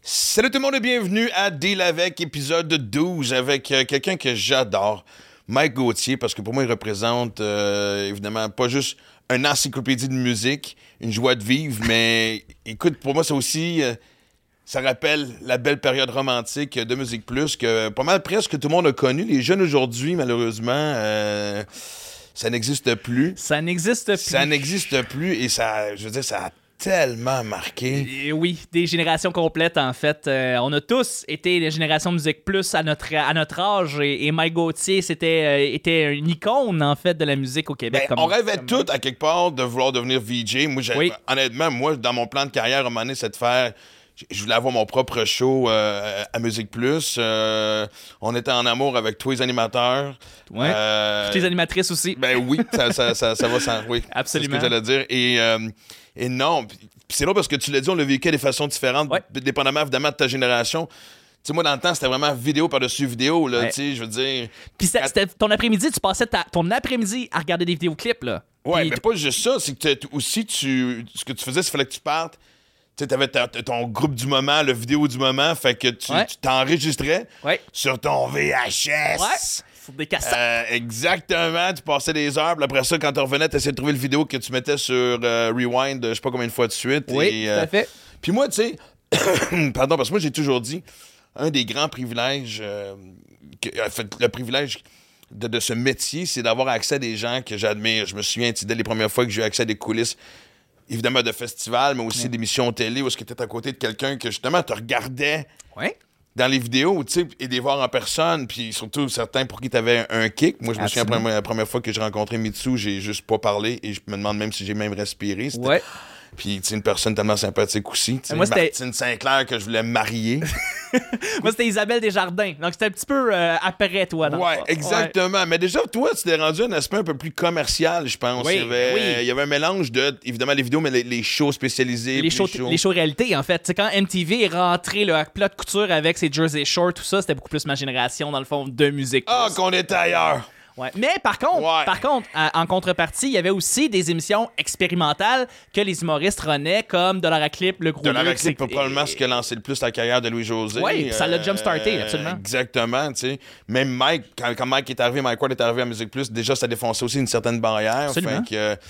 Salut tout le monde et bienvenue à Deal avec, épisode 12, avec quelqu'un que j'adore, Mike Gauthier, parce que pour moi, il représente évidemment pas juste une encyclopédie de musique, une joie de vivre, mais écoute, pour moi, c'est aussi, ça rappelle la belle période romantique de Musique Plus, que pas mal presque tout le monde a connu. Les jeunes aujourd'hui, malheureusement, ça n'existe plus. Ça n'existe plus. Ça n'existe plus et ça, je veux dire, ça a tellement marqué. Et oui, des générations complètes, en fait. On a tous été les générations Musique Plus à notre âge et Mike Gauthier était une icône, en fait, de la musique au Québec. On rêvait tous, à quelque part, de vouloir devenir VJ. Moi, Oui. Honnêtement, moi, dans mon plan de carrière, à un moment donné, c'est de faire... Je voulais avoir mon propre show à Musique Plus. On était en amour avec tous les animateurs. Ouais. Toutes les animatrices aussi. Ben oui, ça va sans... Oui, Absolument. c'est ce que j'allais dire. Et non, puis c'est drôle parce que tu l'as dit, on l'a vécu de façons différentes, Ouais. dépendamment évidemment de ta génération. Tu sais, moi, dans le temps, c'était vraiment vidéo par-dessus vidéo, là, Ouais. tu sais, je veux dire... Puis c'était ton après-midi, tu passais ton après-midi à regarder des vidéoclips, là. Ouais, Puis mais pas juste ça, c'est que aussi, ce que tu faisais, c'est qu'il fallait que tu partes. Tu sais, t'avais ton groupe du moment, le vidéo du moment, fait que tu t'enregistrais Ouais. sur ton VHS. Ouais. Sur des cassettes. Exactement, tu passais des heures, puis après ça, quand tu revenais, tu essayais de trouver le vidéo que tu mettais sur Rewind, je sais pas combien de fois de suite. Oui, tout à fait. Puis moi, tu sais, pardon, parce que moi, j'ai toujours dit, un des grands privilèges, le privilège de ce métier, c'est d'avoir accès à des gens que j'admire. Je me souviens, dès les premières fois que j'ai eu accès à des coulisses, évidemment de festivals, mais aussi d'émissions télé, où est-ce que tu étais à côté de quelqu'un que, justement, te regardait Ouais. dans les vidéos, tu sais, et de les voir en personne, puis surtout certains pour qui tu avais un kick. Moi, je me souviens, la première fois que j'ai rencontré Mitsou, j'ai juste pas parlé, et je me demande même si j'ai même respiré. C'était... Ouais. Puis, tu sais, une personne tellement sympathique aussi. Tu sais, Moi, c'était- Martine Sinclair, que je voulais marier. Moi, c'était Isabelle Desjardins. Donc, c'était un petit peu après toi. Dans Ouais, le fond. exactement. Mais déjà, toi, tu t'es rendu un aspect un peu plus commercial, je pense. Oui, Il y avait un mélange de, évidemment, les vidéos, mais les shows spécialisés. Les puis shows réalité, en fait. Tu sais, quand MTV est rentré là, à plat de couture avec ses Jersey Shore, tout ça, c'était beaucoup plus ma génération, dans le fond, de musique. Ah, qu'on était ailleurs! Ouais. Mais par contre, en contrepartie, il y avait aussi des émissions expérimentales que les humoristes renaient, comme Dollar à Clip, Le Gros De la Luxe, Clip, probablement ce qui a lancé le plus la carrière de Louis-José. Oui, puis ça l'a jump-starté, absolument. Exactement, tu sais. Même Mike, quand Mike est arrivé, Mike Ward est arrivé à Musique Plus, déjà, ça défonçait aussi une certaine barrière. Absolument. Fait que,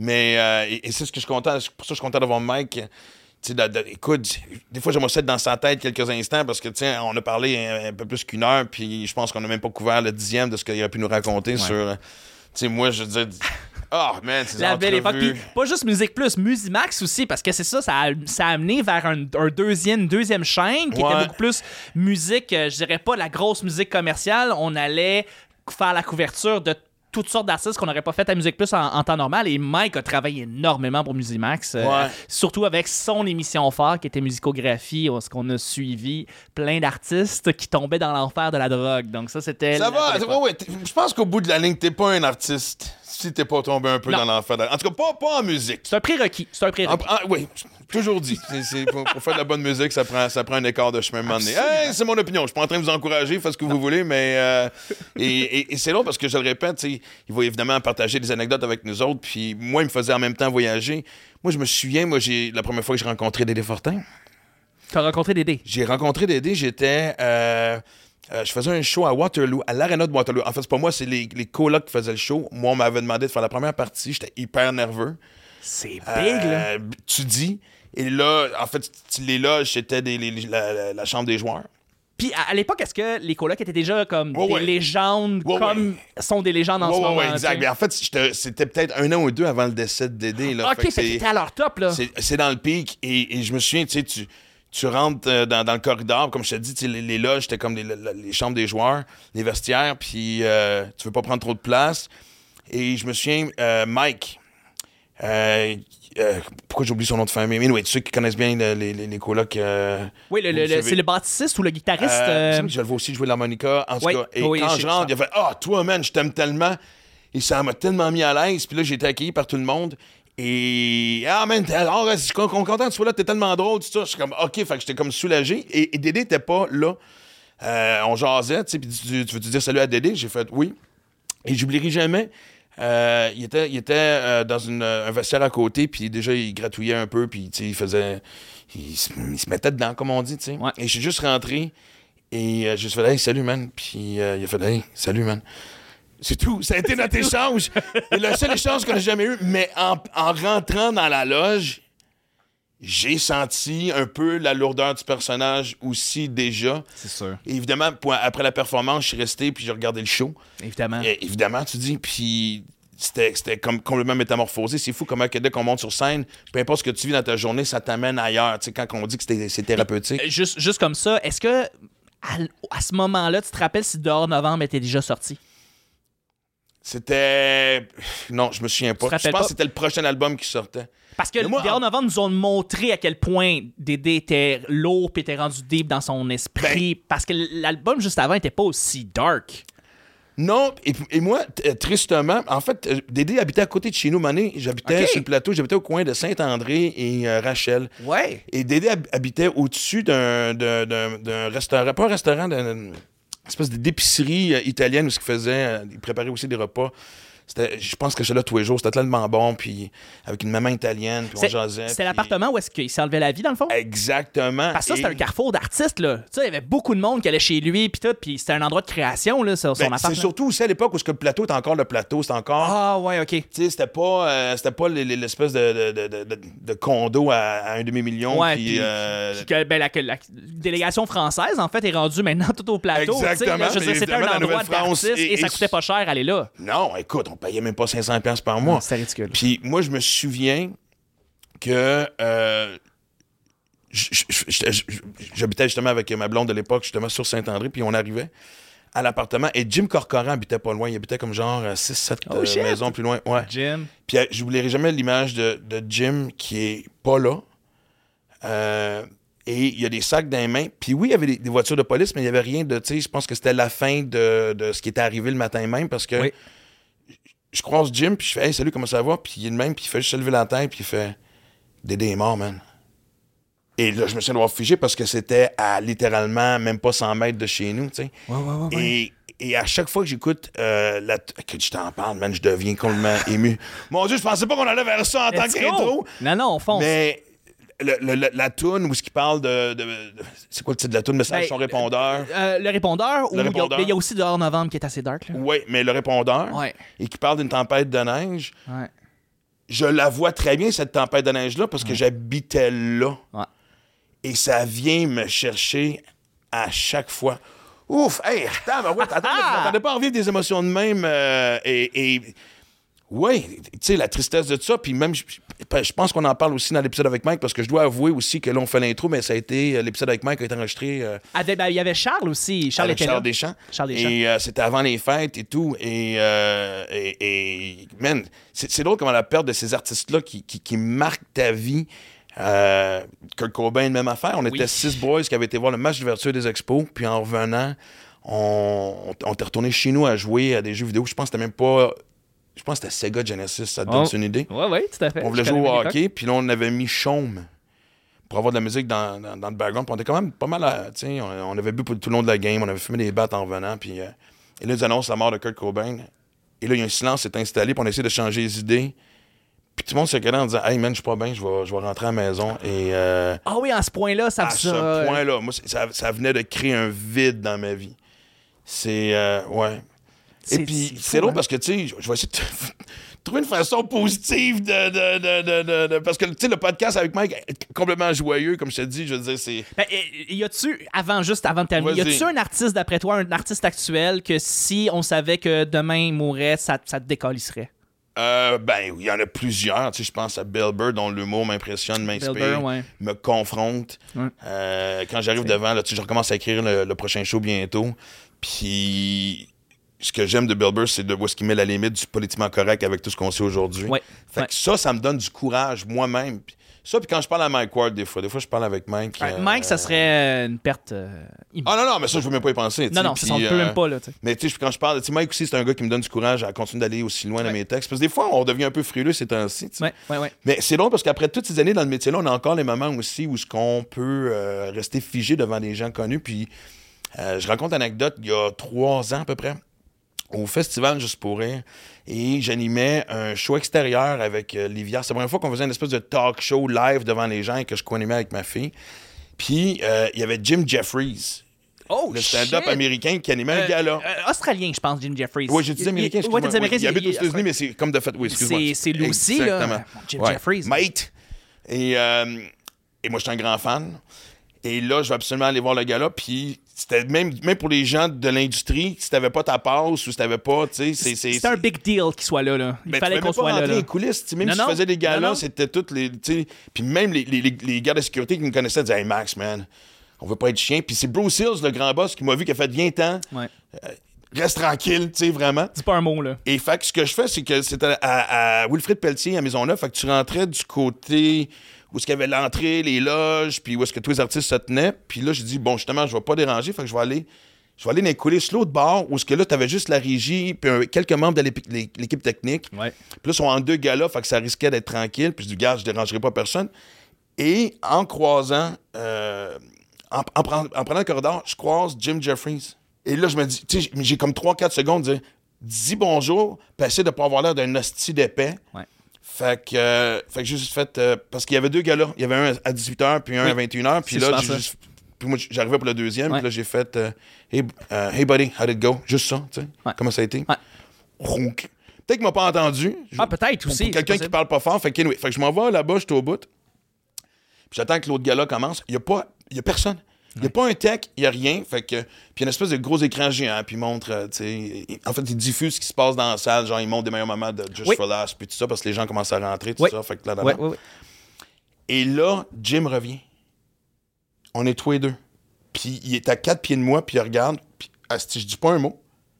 et c'est ce que je suis content. C'est pour ça que je suis content d'avoir Mike. Tu sais, écoute, des fois, j'aimerais ça être dans sa tête quelques instants parce que, tiens, on a parlé un peu plus qu'une heure, puis je pense qu'on n'a même pas couvert le 10e de ce qu'il aurait pu nous raconter sur... Tu sais, moi, je veux dire... Oh, man, c'est la belle époque. Puis pas juste Musique Plus, Musimax aussi, parce que c'est ça, ça a amené vers une deuxième chaîne qui était beaucoup plus musique, je dirais pas la grosse musique commerciale. On allait faire la couverture de toutes sortes d'artistes qu'on n'aurait pas fait à Musique Plus en temps normal. Et Mike a travaillé énormément pour Musimax, surtout avec son émission phare qui était Musicographie, où on a suivi plein d'artistes qui tombaient dans l'enfer de la drogue. Donc ça, c'était... Ça va, ouais. Je pense qu'au bout de la ligne, t'es pas un artiste si t'es pas tombé un peu dans l'enfer. En tout cas, pas en musique. C'est un prérequis. Oui, toujours dit. Pour faire de la bonne musique, ça prend un écart de chemin à un moment donné. Hey, c'est mon opinion. Je suis pas en train de vous encourager, faites ce que vous voulez, mais... et c'est long parce que, je le répète, il va évidemment partager des anecdotes avec nous autres, puis moi, il me faisait en même temps voyager. Moi, je me souviens, la première fois que j'ai rencontré Dédé Fortin. T'as rencontré Dédé? J'ai rencontré Dédé, j'étais... je faisais un show à Waterloo, à l'Arena de Waterloo. En fait, c'est pas moi, c'est les colocs qui faisaient le show. Moi, on m'avait demandé de faire la première partie. J'étais hyper nerveux. C'est big, là. Tu dis. Et là, en fait, les loges, c'était la chambre des joueurs. Puis à l'époque, est-ce que les colocs étaient déjà comme des légendes, sont des légendes en ce moment? Oui, exact. Mais en fait, c'était peut-être un an ou deux avant le décès de Dédé. Là. OK, fait que c'était à leur top, là. C'est dans le pic. Et je me souviens, tu sais, tu rentres dans le corridor, comme je te dis, les loges, c'était comme les chambres des joueurs, les vestiaires, puis tu veux pas prendre trop de place. Et je me souviens, Mike, pourquoi j'oublie son nom de famille? Mais oui, ceux qui connaissent bien les colocs... oui, c'est le bâtissiste ou le guitariste? Je le vois aussi jouer l'harmonica, en tout cas. Et oui, quand je rentre, il a fait « Ah, toi, man, je t'aime tellement! » Et ça m'a tellement mis à l'aise. Puis là, j'ai été accueilli par tout le monde. Et man, alors, je suis content que tu sois là, t'es tellement drôle, tout ça. Je suis comme, OK, fait que j'étais comme soulagé. Et Dédé était pas là. On jasait, tu sais, puis tu veux-tu dire salut à Dédé? J'ai fait oui. Et j'oublierai jamais. Il était dans un vestiaire à côté, puis déjà, il gratouillait un peu, puis il faisait... Il se mettait dedans, comme on dit, tu sais. Ouais. Et je suis juste rentré, et j'ai juste fait « Hey, salut, man ». Puis il a fait « Hey, salut, man ». C'est tout. Ça a été notre échange. Et le seul échange qu'on a jamais eu. Mais en rentrant dans la loge, j'ai senti un peu la lourdeur du personnage aussi déjà. C'est sûr. Et évidemment, après la performance, je suis resté puis j'ai regardé le show. Évidemment. Et évidemment, tu dis. Puis c'était comme complètement métamorphosé. C'est fou comment dès qu'on monte sur scène, peu importe ce que tu vis dans ta journée, ça t'amène ailleurs. Tu sais, quand on dit que c'est thérapeutique. Juste comme ça, est-ce que à ce moment-là, tu te rappelles si Dehors Novembre était déjà sorti? C'était... Non, je me souviens pas. Je pense que c'était le prochain album qui sortait. Parce que Dehors Novembre nous ont montré à quel point Dédé était lourd et était rendu deep dans son esprit. Parce que l'album juste avant était pas aussi dark. Non, et moi, tristement, en fait, Dédé habitait à côté de chez nous, Mané. J'habitais sur le plateau, j'habitais au coin de Saint-André et Rachel. Ouais. Et Dédé habitait au-dessus d'un restaurant, pas un restaurant, d'une espèce d'épicerie italienne où il préparait aussi des repas. Je pense que j'étais là tous les jours, c'était tellement bon, puis avec une maman italienne, puis on jasait. C'était l'appartement où est-ce qu'il s'enlevait la vie, dans le fond? Exactement. Parce que ça, c'était un carrefour d'artistes, là. Tu sais, il y avait beaucoup de monde qui allait chez lui, puis tout, puis c'était un endroit de création, là, sur son appartement. C'est surtout aussi à l'époque où le plateau était encore le plateau, c'était encore... Ah, ouais, OK. Tu sais, c'était pas l'espèce de condo à un demi-million. Ouais, puis la délégation française, en fait, est rendue maintenant tout au plateau. Exactement. Je veux dire, c'était un endroit d'artistes et ça coûtait pas cher aller là. Non, écoute, on payait même pas 500$ par mois. C'est ridicule. Puis moi, je me souviens que j'habitais justement avec ma blonde de l'époque, justement sur Saint-André, puis on arrivait à l'appartement et Jim Corcoran habitait pas loin. Il habitait comme genre 6-7 maisons plus loin. Ouais. Jim. Puis je n'oublierai jamais l'image de Jim qui est pas là. Et il y a des sacs dans les mains. Puis oui, il y avait des voitures de police, mais il n'y avait rien de... Tu sais, je pense que c'était la fin de ce qui était arrivé le matin même parce que je croise Jim, puis je fais « Hey, salut, comment ça va? » Puis il est le même, puis il fait juste se lever la tête, puis il fait « Dédé est mort, man. » Et là, je me souviens d'avoir figé parce que c'était à littéralement même pas 100 mètres de chez nous, tu sais. Ouais. Et à chaque fois que j'écoute que je t'en parle, man, je deviens complètement ému. Mon Dieu, je pensais pas qu'on allait vers ça en tant qu'intro. Non, on fonce. Mais la toune où ce qui parle de c'est quoi le titre de la toune? Message son répondeur. Le répondeur, il y a aussi Dehors Novembre qui est assez dark. Oui, mais le répondeur, et qui parle d'une tempête de neige. Ouais. Je la vois très bien, cette tempête de neige-là, parce que j'habitais là. Ouais. Et ça vient me chercher à chaque fois. Ouf! Hey, attends, je m'attendais pas à revivre des émotions de même. Oui, tu sais, la tristesse de tout ça. Puis même, je pense qu'on en parle aussi dans l'épisode avec Mike, parce que je dois avouer aussi que là, on fait l'intro, mais ça a été... L'épisode avec Mike a été enregistré... il y avait Charles aussi. Charles était là. Deschamps. Charles Deschamps. Et c'était avant les fêtes et tout. Et man, c'est drôle comment la perte de ces artistes-là qui marquent ta vie... Kurt Cobain, même affaire. On était 6 boys qui avaient été voir le match d'ouverture des expos, puis en revenant, on était retourné chez nous à jouer à des jeux vidéo. Je pense que c'était même pas... Je pense que c'était Sega Genesis, ça te donne une idée? Oui, tout à fait. On voulait jouer au hockey, puis là, on avait mis Chaume pour avoir de la musique dans le background. Puis on était quand même pas mal... Tu sais, on avait bu tout le long de la game, on avait fumé des battes en revenant, puis... et là, ils annoncent la mort de Kurt Cobain. Et là, il y a un silence qui s'est installé, puis on a essayé de changer les idées. Puis tout le monde se regardait en disant « Hey man, je suis pas bien, je vais rentrer à la maison. » Et ah oui, à ce point-là, ça... À ce point-là, moi, ça venait de créer un vide dans ma vie. C'est... ouais. Et puis, c'est drôle parce que, tu sais, je vais essayer de trouver une façon positive de parce que, tu sais, le podcast avec Mike est complètement joyeux, comme je te dis, je veux dire, c'est... Ben, avant de terminer, y a-tu un artiste, d'après toi, un artiste actuel que si on savait que demain il mourrait, ça te décalisserait? Ben, il y en a plusieurs. Tu sais, je pense à Bill Burr, dont l'humour m'impressionne, m'inspire, me confronte. Quand j'arrive devant, là, tu sais, je recommence à écrire le prochain show bientôt. Puis... Ce que j'aime de Bill Burr, c'est de voir ce qu'il met la limite du politiquement correct avec tout ce qu'on sait aujourd'hui. Fait que ça me donne du courage moi-même. Puis quand je parle à Mike Ward, des fois je parle avec Mike. Mike, ça serait une perte. Non, mais ça, je veux même pas y penser. Non, ça ne peut même pas. Là, mais tu sais, quand je parle, Mike aussi, c'est un gars qui me donne du courage à continuer d'aller aussi loin dans mes textes. Parce que des fois, on devient un peu frileux ces temps-ci. Mais c'est drôle parce qu'après toutes ces années dans le métier-là, on a encore les moments aussi où on peut rester figé devant des gens connus. Puis je raconte une anecdote il y a 3 ans à peu près. au festival Juste pour rire et j'animais un show extérieur avec Livia. C'est la première fois qu'on faisait une espèce de talk show live devant les gens et que je co-animais avec ma fille. Puis il y avait Jim Jeffries. Oh, le stand-up américain qui animait un gala. Australien, je pense, Jim Jeffries. Oui, j'ai dit américain. Oui, t'as dit américain. Il habite aux États-Unis, mais c'est comme de fait. Oui, excuse-moi. C'est lui aussi, là. Jim Jeffries. Mate. Et moi, j'étais un grand fan. Et là, je vais absolument aller voir le gala. Puis c'était même pour les gens de l'industrie, si t'avais pas ta passe ou si t'avais pas, tu sais, c'était un big deal qu'il soit là. Il fallait qu'on soit là. Les coulisses, même si je faisais des galas, c'était toutes les, puis même les gars de sécurité qui me connaissaient disaient, hey Max, man, on veut pas être chien. Puis c'est Bruce Hills, le grand boss, qui m'a vu, qui a fait 20 ans. Ouais. Reste tranquille, tu sais, vraiment. Dis pas un mot, là. Et fait que ce que je fais, c'est que c'était à Wilfrid Pelletier, à Maisonneuve. Fait que tu rentrais du côté où est-ce qu'il y avait l'entrée, les loges, puis où est-ce que tous les artistes se tenaient. Puis là, j'ai dit, bon, justement, je vais pas déranger. Fait que je vais aller dans les coulisses, l'autre bord, où est-ce que là, t'avais juste la régie, puis quelques membres de l'équipe technique. Ouais. Puis là, ils sont en 2 galas, fait que ça risquait d'être tranquille. Puis je dis, gars, je dérangerai pas personne. Et en croisant, en prenant le corridor, je croise Jim Jeffries. Et là, je me dis, tu sais, j'ai comme 3-4 secondes de dire, dis bonjour, puis essaie de pas avoir l'air d'un hostie d'épais. Ouais. Fait que j'ai juste fait, parce qu'il y avait 2 galas. Il y avait un à 18h, puis un à 21h. Puis là, puis moi, j'arrivais pour le deuxième, puis là, j'ai fait, hey buddy, how'd it go? Juste ça, tu sais. Ouais. Comment ça a été? Ouais. Peut-être qu'il m'a pas entendu. Peut-être aussi. Pour quelqu'un qui parle pas fort. Fait que je m'en vais là-bas, je suis au bout. Puis j'attends que l'autre gala commence. Il y a personne. Il n'y a pas un tech, il n'y a rien. Fait que, puis il y a une espèce de gros écran géant, puis il montre, tu sais, en fait, il diffuse ce qui se passe dans la salle, genre, il montre des meilleurs moments de Just for Laughs, puis tout ça, parce que les gens commencent à rentrer, tout ça. Fait que là, Oui. Et là, Jim revient. On est tous les deux. Puis il est à 4 pieds de moi, puis il regarde, puis je dis pas un mot.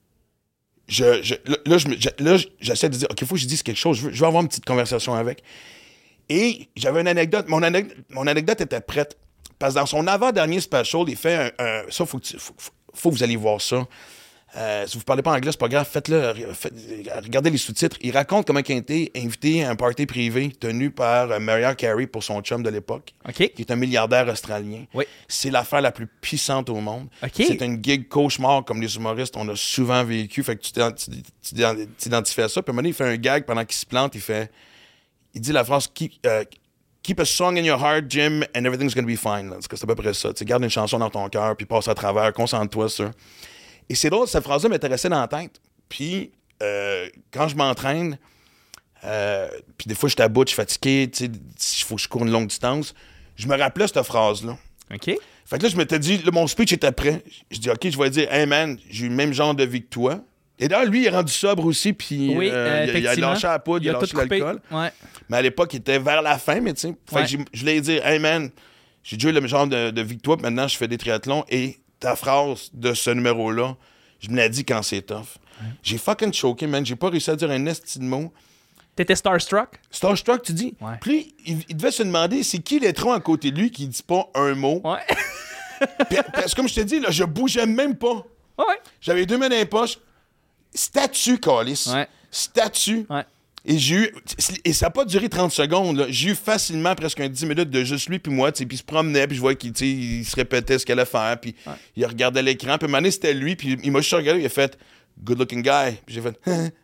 Là, j'essaie de dire, OK, il faut que je dise quelque chose, je veux avoir une petite conversation avec. Et j'avais une anecdote. Mon anecdote était prête. Parce que dans son avant-dernier special, il fait ça, faut que vous allez voir ça. Si vous parlez pas anglais, c'est pas grave, regardez les sous-titres. Il raconte comment il a été invité à un party privé tenu par Mariah Carey pour son chum de l'époque, qui est un milliardaire australien. Oui. C'est l'affaire la plus puissante au monde. Okay. C'est une gig cauchemar comme les humoristes, on a souvent vécu. Fait que tu t'identifies à ça. Puis à un moment donné, il fait un gag pendant qu'il se plante. Il dit la phrase Keep a song in your heart, Jim, and everything's gonna be fine. C'est à peu près ça. Tu garde une chanson dans ton cœur, puis passe à travers, concentre-toi sur. Et c'est drôle, cette phrase-là m'était restée dans la tête. Puis, quand je m'entraîne, puis des fois, je suis à bout, je suis fatigué, tu sais, il faut que je cours une longue distance, je me rappelais cette phrase-là. OK. Fait que là, je m'étais dit, là, mon speech était prêt. Je dis, OK, je vais dire, hey man, j'ai eu le même genre de vie que toi. Et d'ailleurs, lui, il est rendu sobre aussi, puis il a lâché la poudre, il a lâché l'alcool. Ouais. Mais à l'époque, il était vers la fin, mais tu sais. Fait que je voulais dire, hey man, j'ai déjà eu le même genre de vie que toi, puis maintenant, je fais des triathlons, et ta phrase de ce numéro-là, je me l'ai dit quand c'est tough. Ouais. J'ai fucking choqué, man. J'ai pas réussi à dire un esti de mot. T'étais starstruck? Starstruck, tu dis? Ouais. Puis il devait se demander, c'est qui l'étron à côté de lui qui dit pas un mot? Ouais. Parce que comme je te dis, là, je bougeais même pas. Ouais. J'avais 2 mains dans les poches. Statue, Calice. Ouais. Statue. Ouais. Et ça n'a pas duré 30 secondes. Là. J'ai eu facilement presque 10 minutes de juste lui puis moi. Puis il se promenait, puis je voyais qu'il se répétait ce qu'il allait faire. Puis il regardait l'écran. Puis à un moment donné, c'était lui. Puis il m'a juste regardé. Il a fait « Good looking guy ». Puis j'ai fait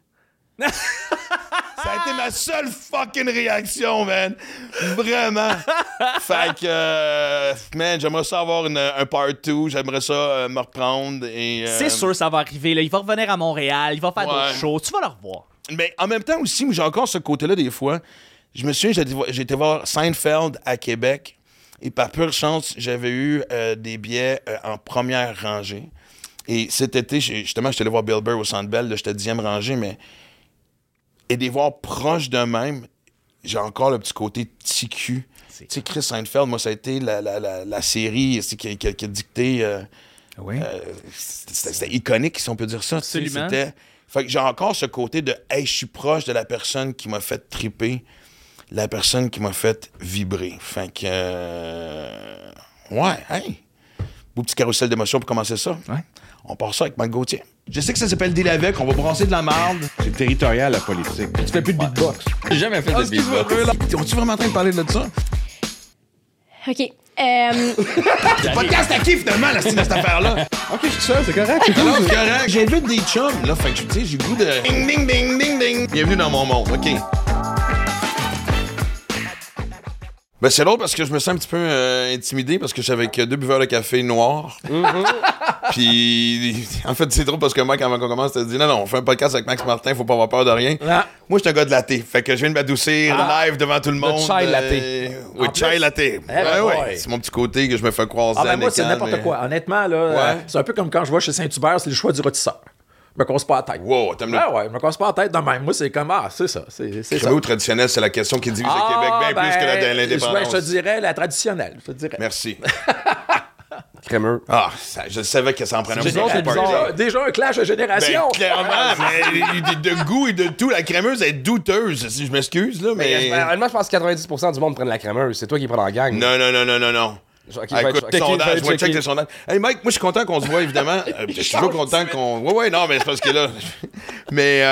Ça a été ma seule fucking réaction, man. Vraiment. Fait que, man, j'aimerais ça avoir un part 2. J'aimerais ça me reprendre. C'est sûr, ça va arriver. Là. Il va revenir à Montréal. Il va faire d'autres shows. Tu vas le revoir. Mais en même temps aussi, j'ai encore ce côté-là des fois. Je me souviens, j'ai été voir Seinfeld à Québec. Et par pure chance, j'avais eu des billets en première rangée. Et cet été, justement, j'étais allé voir Bill Burr au Centre Bell. J'étais 10e rangée, mais... Et de les voir proches d'eux-mêmes, j'ai encore le petit côté petit cul. Tu sais, Chris Seinfeld, moi, ça a été la série qui a dicté... c'était iconique, si on peut dire ça. Absolument. Fait que j'ai encore ce côté de « Hey, je suis proche de la personne qui m'a fait triper, la personne qui m'a fait vibrer. » Fait que... hey! Beau petit carrousel d'émotions pour commencer ça. Ouais. On part ça avec Mike Gauthier. Je sais que ça s'appelle Deal avec, on va brasser de la marde. C'est territorial, la politique. Tu fais plus de beatbox. J'ai jamais fait de beatbox. On est-tu vraiment en train de parler de ça? OK. Le podcast à qui, finalement, cette affaire-là? Ok, je suis seul, c'est correct. Non, c'est correct. J'invite des chums, là. Fait que, tu sais, j'ai le goût de... Ding, ding, ding, ding, ding. Bienvenue dans mon monde, OK. Ben, c'est drôle parce que je me sens un petit peu intimidé parce que je suis avec 2 buveurs de café noirs. Puis, en fait, c'est drôle parce que Mike, avant qu'on commence, t'as dit non, on fait un podcast avec Max Martin, faut pas avoir peur de rien. Ah. Moi, je suis un gars de latte. Fait que je viens de m'adoucir live devant tout le monde. chai latte. Oui, chai latte. ouais. C'est mon petit côté que je me fais croiser. Ah, ben moi, c'est n'importe quoi. Honnêtement, là, Ouais. c'est un peu comme quand je vais chez Saint-Hubert, c'est le choix du rôtisseur. Je me casse pas la tête. Wow, t'aimes le Ouais, je me casse pas la tête de même. Moi, c'est comme, c'est ça. C'est ça. crémeau traditionnel, c'est la question qui divise le Québec bien plus que l'indépendance. Je te dirais la traditionnelle. Je te dirais. Merci. Crémeux. Ah, je savais que ça en prenait un bizarre, c'est bizarre. Déjà un clash de Ben, génération. clairement, mais de goût et de tout, la crémeuse est douteuse, si je m'excuse, là, mais... Honnêtement, je pense que 90% du monde prenne la crémeuse. C'est toi qui prends dans la gang. Non. Ok, Ah, écoute, sondage, moi, check checker. le sondage. Hey, Mike, moi, je suis content qu'on se voit, évidemment. Je suis toujours content qu'on... Ouais, non, mais c'est parce que là... Mais,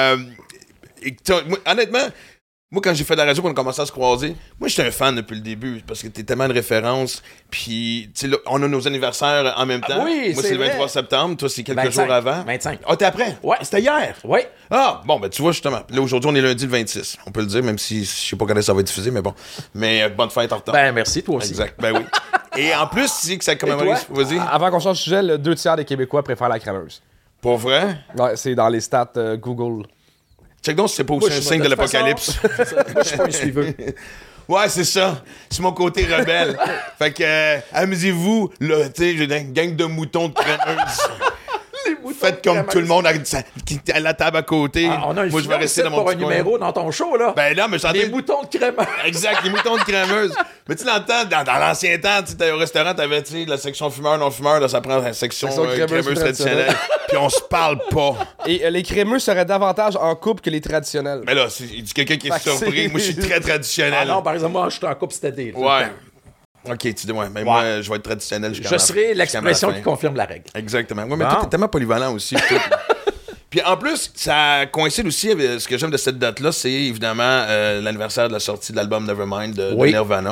honnêtement... Moi, quand j'ai fait de la radio, qu'on a commencé à se croiser, moi, j'étais un fan depuis le début, parce que t'es tellement de références, puis, tu sais, là, on a nos anniversaires en même temps. oui, moi, c'est c'est le vrai. 23 septembre, toi, c'est quelques 25, jours avant. 25. Ah, t'es après? Ouais. C'était hier? Oui. Ah, bon, ben, tu vois, justement. Là, aujourd'hui, on est lundi le 26. On peut le dire, même si je sais pas quand ça va être diffusé, mais bon. Mais bonne fête en retard. Ben, merci, toi aussi. Exact, ben oui. Et en plus, tu sais que ça commémore... toi? Vas-y. Avant qu'on change de sujet, le 2 tiers des Québécois préfèrent la crémeuse. Pour vrai? Ouais, c'est dans les stats Google. Check donc si c'est pas aussi Moi, un je- signe de de toute l'apocalypse. Moi, je suis pas un suiveur. Ouais, c'est ça. C'est mon côté rebelle. Fait que, amusez-vous, là, tu sais, j'ai une gang de moutons de crémeuses. Faites comme tout le monde qui est à la table à côté. On a un Moi, je vais rester dans mon pour un petit coin. numéro dans ton show, là. Ben non, mais j'entends... Les moutons de crémeur. Exact, les moutons de crémeuse. Mais tu l'entends, dans l'ancien temps, tu sais, au restaurant, t'avais, tu sais, la section fumeur, non-fumeur, là, ça prend la section Section crémeuse crémeuse traditionnelle. Puis on se parle pas. Et les crémeux seraient davantage en couple que les traditionnels. Mais là, il dit quelqu'un qui est Fait que surpris. c'est- Moi, je suis très traditionnel. Ah non, par exemple, moi, je suis en couple cet été. là. Ouais. OK, tu dis, ouais, mais moi, je vais être traditionnel. Je serai l'expression qui confirme. confirme la règle. Exactement. Ouais, mais Bon. toi, t'es tellement polyvalent aussi. Puis en plus, ça coïncide aussi avec ce que j'aime de cette date-là, c'est évidemment l'anniversaire de la sortie de l'album Nevermind de Nirvana.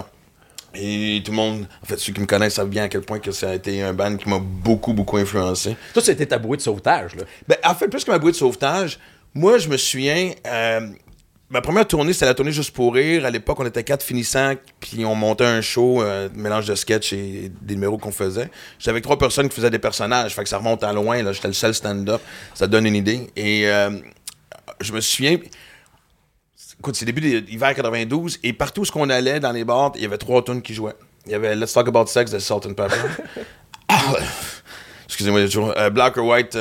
Et tout le monde, en fait, ceux qui me connaissent savent bien à quel point que ça a été un band qui m'a beaucoup, beaucoup influencé. Toi, c'était ta bouée de sauvetage, là. Ben, en fait, plus que ma bouée de sauvetage, moi, je me souviens... ma première tournée, c'était la tournée Juste pour rire. À l'époque, on était 4 finissants, puis on montait un show, mélange de sketch et des numéros qu'on faisait. J'étais avec 3 personnes qui faisaient des personnages, fait que ça remonte à loin, là. J'étais le seul stand-up. Ça te donne une idée. Et je me souviens... Écoute, c'est début de l'hiver 92, et partout où on allait, dans les bars, il y avait 3 tunes qui jouaient. Il y avait Let's Talk About Sex de Salt and Pepper. Excusez-moi, il y a toujours... Black or White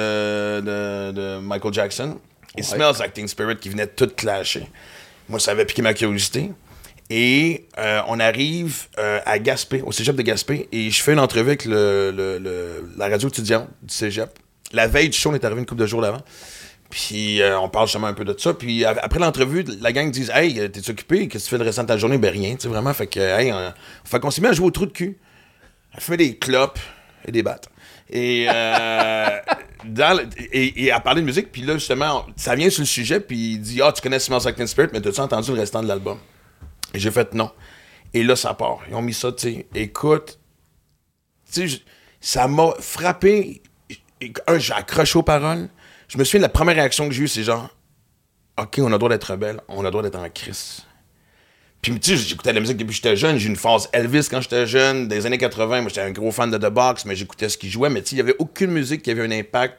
de Michael Jackson. Et Smells Like Teen Spirit qui venait tout clasher. Moi, ça avait piqué ma curiosité. Et on arrive à Gaspé, au cégep de Gaspé, et je fais une entrevue avec la radio étudiante du cégep. La veille du show, on est arrivé une couple de jours d'avant. Puis on parle justement un peu de ça. Puis après l'entrevue, la gang dit « Hey, t'es occupé? Qu'est-ce que tu fais le restant de ta journée? » Ben rien, tu sais, vraiment. Fait que, hey, fait qu'on s'est mis à jouer au trou de cul. À fumer des clopes et des battes. Et, et à parler de musique, puis là, justement, ça vient sur le sujet, puis il dit « Ah, tu connais Smells Like Teen Spirit, mais t'as-tu entendu le restant de l'album? » Et j'ai fait « Non. » Et là, ça part. Ils ont mis ça, tu sais. Écoute, tu sais, ça m'a frappé. J'ai accroché aux paroles. Je me souviens de la première réaction que j'ai eue, c'est genre « OK, on a le droit d'être rebelle, on a le droit d'être en crise. » Puis, tu sais, j'écoutais de la musique depuis que j'étais jeune. J'ai eu une phase Elvis quand j'étais jeune. Des années 80, moi, j'étais un gros fan de The Box, mais j'écoutais ce qu'il jouait. Mais tu sais, il n'y avait aucune musique qui avait un impact,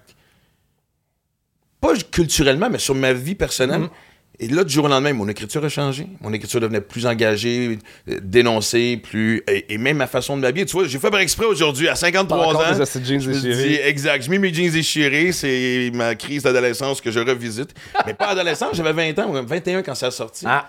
pas culturellement, mais sur ma vie personnelle. Mm-hmm. Et là, du jour au lendemain, mon écriture a changé. Mon écriture devenait plus engagée, dénoncée, plus... Et même ma façon de m'habiller. Tu vois, j'ai fait par exprès aujourd'hui, à 53 Encore ans. des hosties de jeans je me déchirés. dis, exact. J'ai mis mes jeans déchirés. C'est ma crise d'adolescence que je revisite. Mais pas adolescence, j'avais 20 ans, 21 quand ça a sorti. Ah.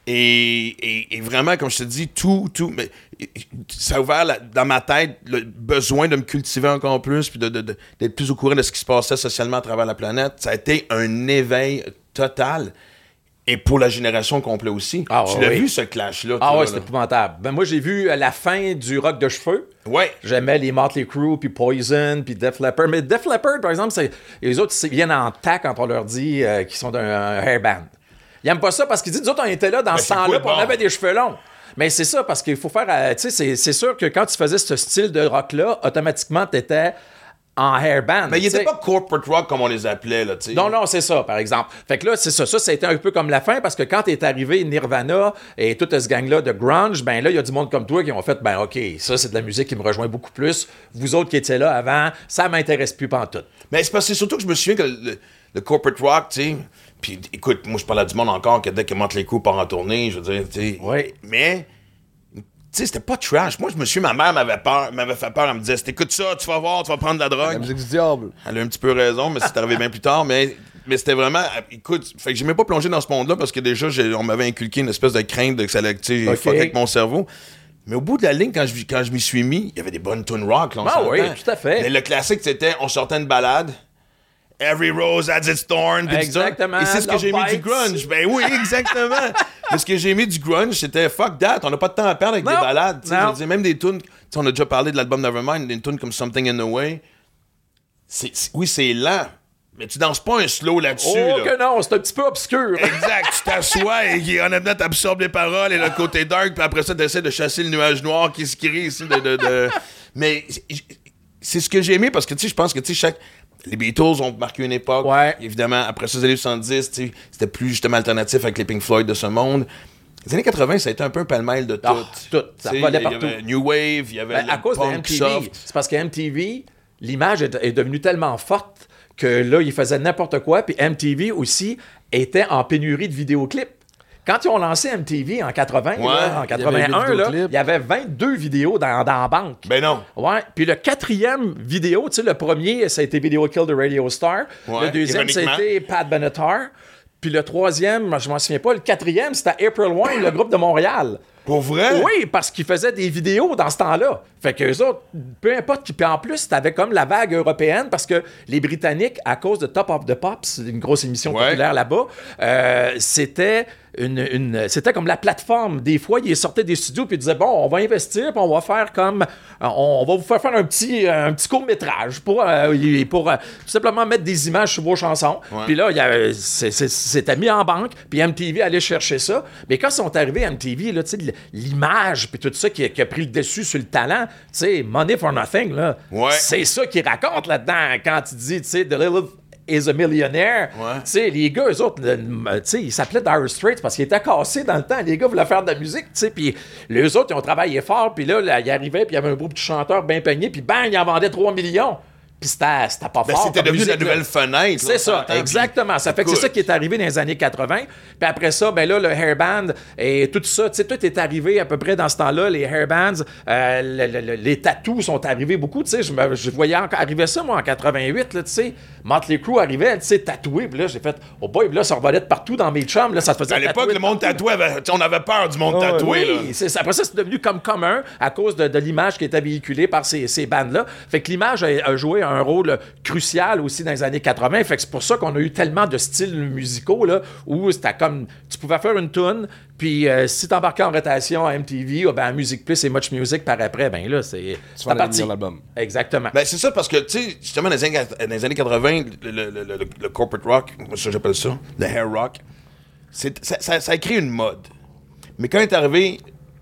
Et vraiment, comme je te dis, mais ça a ouvert dans ma tête le besoin de me cultiver encore plus, puis d'être plus au courant de ce qui se passait socialement à travers la planète. Ça a été un éveil total. Et pour la génération complète aussi. Ah, tu l'as oui. vu, ce clash-là? Ah toi, ouais, là? c'était épouvantable. Ben moi, j'ai vu la fin du rock de cheveux. Ouais. J'aimais les Motley Crue, puis Poison, puis Def Leppard. Mais Def Leppard, par exemple, les autres, ils viennent en tac quand on leur dit qu'ils sont d'un hair band. Ils aiment pas ça parce qu'ils disent, nous autres, on était là dans ce c'est temps-là, quoi, puis on bon? avait des cheveux longs. Mais c'est ça, parce qu'il faut faire... tu sais, c'est sûr que quand tu faisais ce style de rock-là, automatiquement, t'étais en hairband. Mais il était pas corporate rock comme on les appelait, là, tu sais. Non, c'est ça, par exemple. Fait que là, c'est ça. Ça a été un peu comme la fin, parce que quand est arrivé Nirvana et tout ce gang-là de grunge, ben là, il y a du monde comme toi qui ont fait, ben OK, ça, c'est de la musique qui me rejoint beaucoup plus. Vous autres qui étiez là avant, ça m'intéresse plus pantoute. Mais c'est parce que surtout que je me souviens que le corporate rock, tu sais, puis écoute, moi, je parle à du monde encore que dès que Motley Crue part en tournée, je veux dire, tu sais. Oui. Mais... Tu sais, c'était pas trash. Moi, je me suis... Ma mère m'avait fait peur. Elle me disait, si t'écoutes ça, tu vas voir, tu vas prendre de la drogue. La musique du diable. Elle a un petit peu raison, mais c'est arrivé bien plus tard. Mais c'était vraiment... Écoute, fait que j'ai même pas plongé dans ce monde-là parce que déjà, on m'avait inculqué une espèce de crainte de que ça allait, tu sais, fuck avec mon cerveau. Mais au bout de la ligne, quand je m'y suis mis, il y avait des bonnes tunes rock, là, on s'entend. Oui, tout à fait. Mais le classique, c'était, on sortait une balade. Every rose has its thorn. Exactement. Et c'est ce que j'ai mis du grunge. Ben oui, exactement. Mais ce que j'ai mis du grunge, c'était fuck that. On n'a pas de temps à perdre avec des balades. Je veux dire, même des tunes. On a déjà parlé de l'album Nevermind, des tunes comme Something in the Way. Oui, c'est lent. Mais tu danses pas un slow là-dessus. Oh là. que non, c'est un petit peu obscur. Exact. Tu t'assois et honnêtement, t'absorbes les paroles et le côté dark. Puis après ça, t'essaies de chasser le nuage noir qui se crée ici. Mais c'est ce que j'ai aimé parce que tu sais, je pense que tu sais, les Beatles ont marqué une époque. Ouais. Évidemment, après ça, les années 70, c'était plus justement alternatif avec les Pink Floyd de ce monde. Les années 80, ça a été un peu un pêle-mêle de tout. Tout. Ça volait partout. Il y avait New Wave, il y avait À cause de punk MTV. soft. C'est parce que MTV, l'image est devenue tellement forte que là, ils faisaient n'importe quoi. Puis MTV aussi était en pénurie de vidéoclips. Quand ils ont lancé MTV en 80, là, en 81, il y avait 22 vidéos dans la banque. Ben non. Ouais. Puis le quatrième vidéo, tu sais, le premier, ça a été Video Kill de Radio Star. Ouais, le deuxième, ironiquement. c'était Pat Benatar. Puis le troisième, je m'en souviens pas, le quatrième, c'était April Wine, le groupe de Montréal. Pour vrai? Oui, parce qu'ils faisaient des vidéos dans ce temps-là. Fait qu'eux autres, peu importe qui. Puis en plus, t'avais comme la vague européenne parce que les Britanniques, à cause de Top of the Pops, une grosse émission populaire là-bas, c'était c'était comme la plateforme. Des fois, ils sortaient des studios puis ils disaient, bon, on va investir puis on va faire comme... on va vous faire un petit court-métrage pour tout simplement mettre des images sur vos chansons. Ouais. Puis là, c'était mis en banque puis MTV allait chercher ça. Mais quand ils sont arrivés à MTV, là, tu sais, l'image puis tout ça qui a pris le dessus sur le talent, tu sais, Money for Nothing, là, c'est ça qu'ils racontent là-dedans quand tu dis, tu sais, The Little is a Millionaire. Ouais. Tu sais, les gars, eux autres, tu sais, ils s'appelaient Dire Straits parce qu'ils étaient cassés dans le temps. Les gars voulaient faire de la musique, tu sais, puis les autres, ils ont travaillé fort, puis là, ils arrivaient, puis il y avait un groupe de chanteurs bien peignés, puis bang, ils en vendaient 3 millions. Puis c'était pas fort. C'était devenu la nouvelle fenêtre. C'est ça, exactement. Ça fait que c'est ça qui est arrivé dans les années 80. Puis après ça, ben là, le hairband et tout ça, tu sais, tout est arrivé à peu près dans ce temps-là. Les hairbands, les tattoos sont arrivés beaucoup. Tu sais, je voyais encore arriver ça, moi, en 88, là, tu sais. Motley Crue arrivait, tu sais, tatoué. Puis là, j'ai fait, oh boy, puis là, ça revolait de partout dans mes chums. Là, ça se faisait À l'époque, le monde tatoué, on avait peur du monde tatoué. Oui, après ça, c'est devenu comme commun à cause de l'image qui était véhiculée par ces bandes-là. Fait que l'image a joué un rôle crucial aussi dans les années 80. Fait que c'est pour ça qu'on a eu tellement de styles musicaux là, où c'était comme... Tu pouvais faire une toune, puis si t'embarquais en rotation à MTV, ben, à Music Plus et Much Music par après, ben là, c'est parti. L'album. Exactement. Ben, c'est ça, parce que, tu sais, justement, dans les années 80, le corporate rock, moi, ça, j'appelle ça, le hair rock, ça a créé une mode. Mais quand est arrivé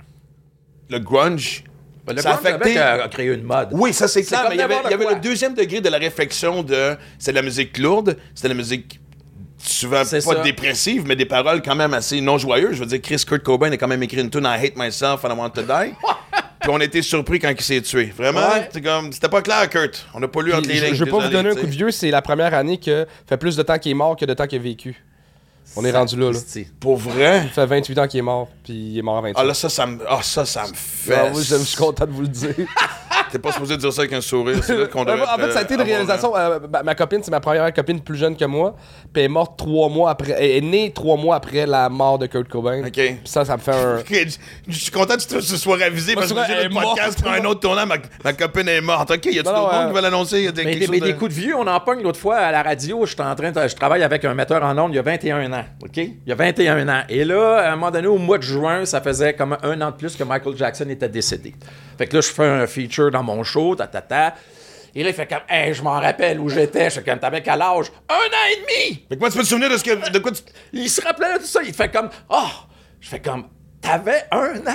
le grunge, Le ça a grunge affecté... a créé une mode. Oui, ça c'est clair, comme mais il y avait n'importe quoi. le deuxième degré de la réflexion de... C'est de la musique lourde, c'est de la musique souvent C'est pas ça. dépressive, mais des paroles quand même assez non joyeuses. Je veux dire, Kurt Cobain a quand même écrit une tune « I hate myself and I want to die ». Puis on a été surpris quand il s'est tué. Vraiment, Ouais. c'est comme... C'était pas clair, Kurt. On n'a pas lu entre les lignes. Je veux pas vous désolé, donner un tu coup de sais. vieux, c'est la première année que fait plus de temps qu'il est mort que de temps qu'il a vécu. On est rendu là. Sapristi. Pour vrai? Ça fait 28 ans qu'il est mort, puis il est mort à 28. Ah là, ça me fait... Ah, oui, je suis content de vous le dire. T'es pas supposé dire ça avec un sourire. C'est là qu'on devrait... En fait, ça a été une réalisation. Ma copine, c'est ma première copine plus jeune que moi. Puis elle est morte 3 mois après. Elle est née 3 mois après la mort de Kurt Cobain. OK. Puis ça me fait un. Ok, je suis content que tu te sois ravisé parce que Moi, j'ai elle le est podcast morte. prend un autre tournant. Ma copine est morte. OK, y a-tu Non, d'autres non, monde qui va l'annoncer? Y a Mais, quelque chose des de- coups de vieux, on en pogne l'autre fois à la radio. Je travaille avec un metteur en ondes il y a 21 ans. OK? Il y a 21 ans. Et là, à un moment donné, au mois de juin, ça faisait comme 1 an de plus que Michael Jackson était décédé. Fait que là, je fais un feature dans mon show, Et là, il fait comme, hey, je m'en rappelle où j'étais. Je fais comme, t'avais quel âge? 1 an et demi! Mais comment tu peux te souvenir de quoi tu... Il se rappelait de tout ça. Il fait comme, oh! Je fais comme, T'avais 1 an.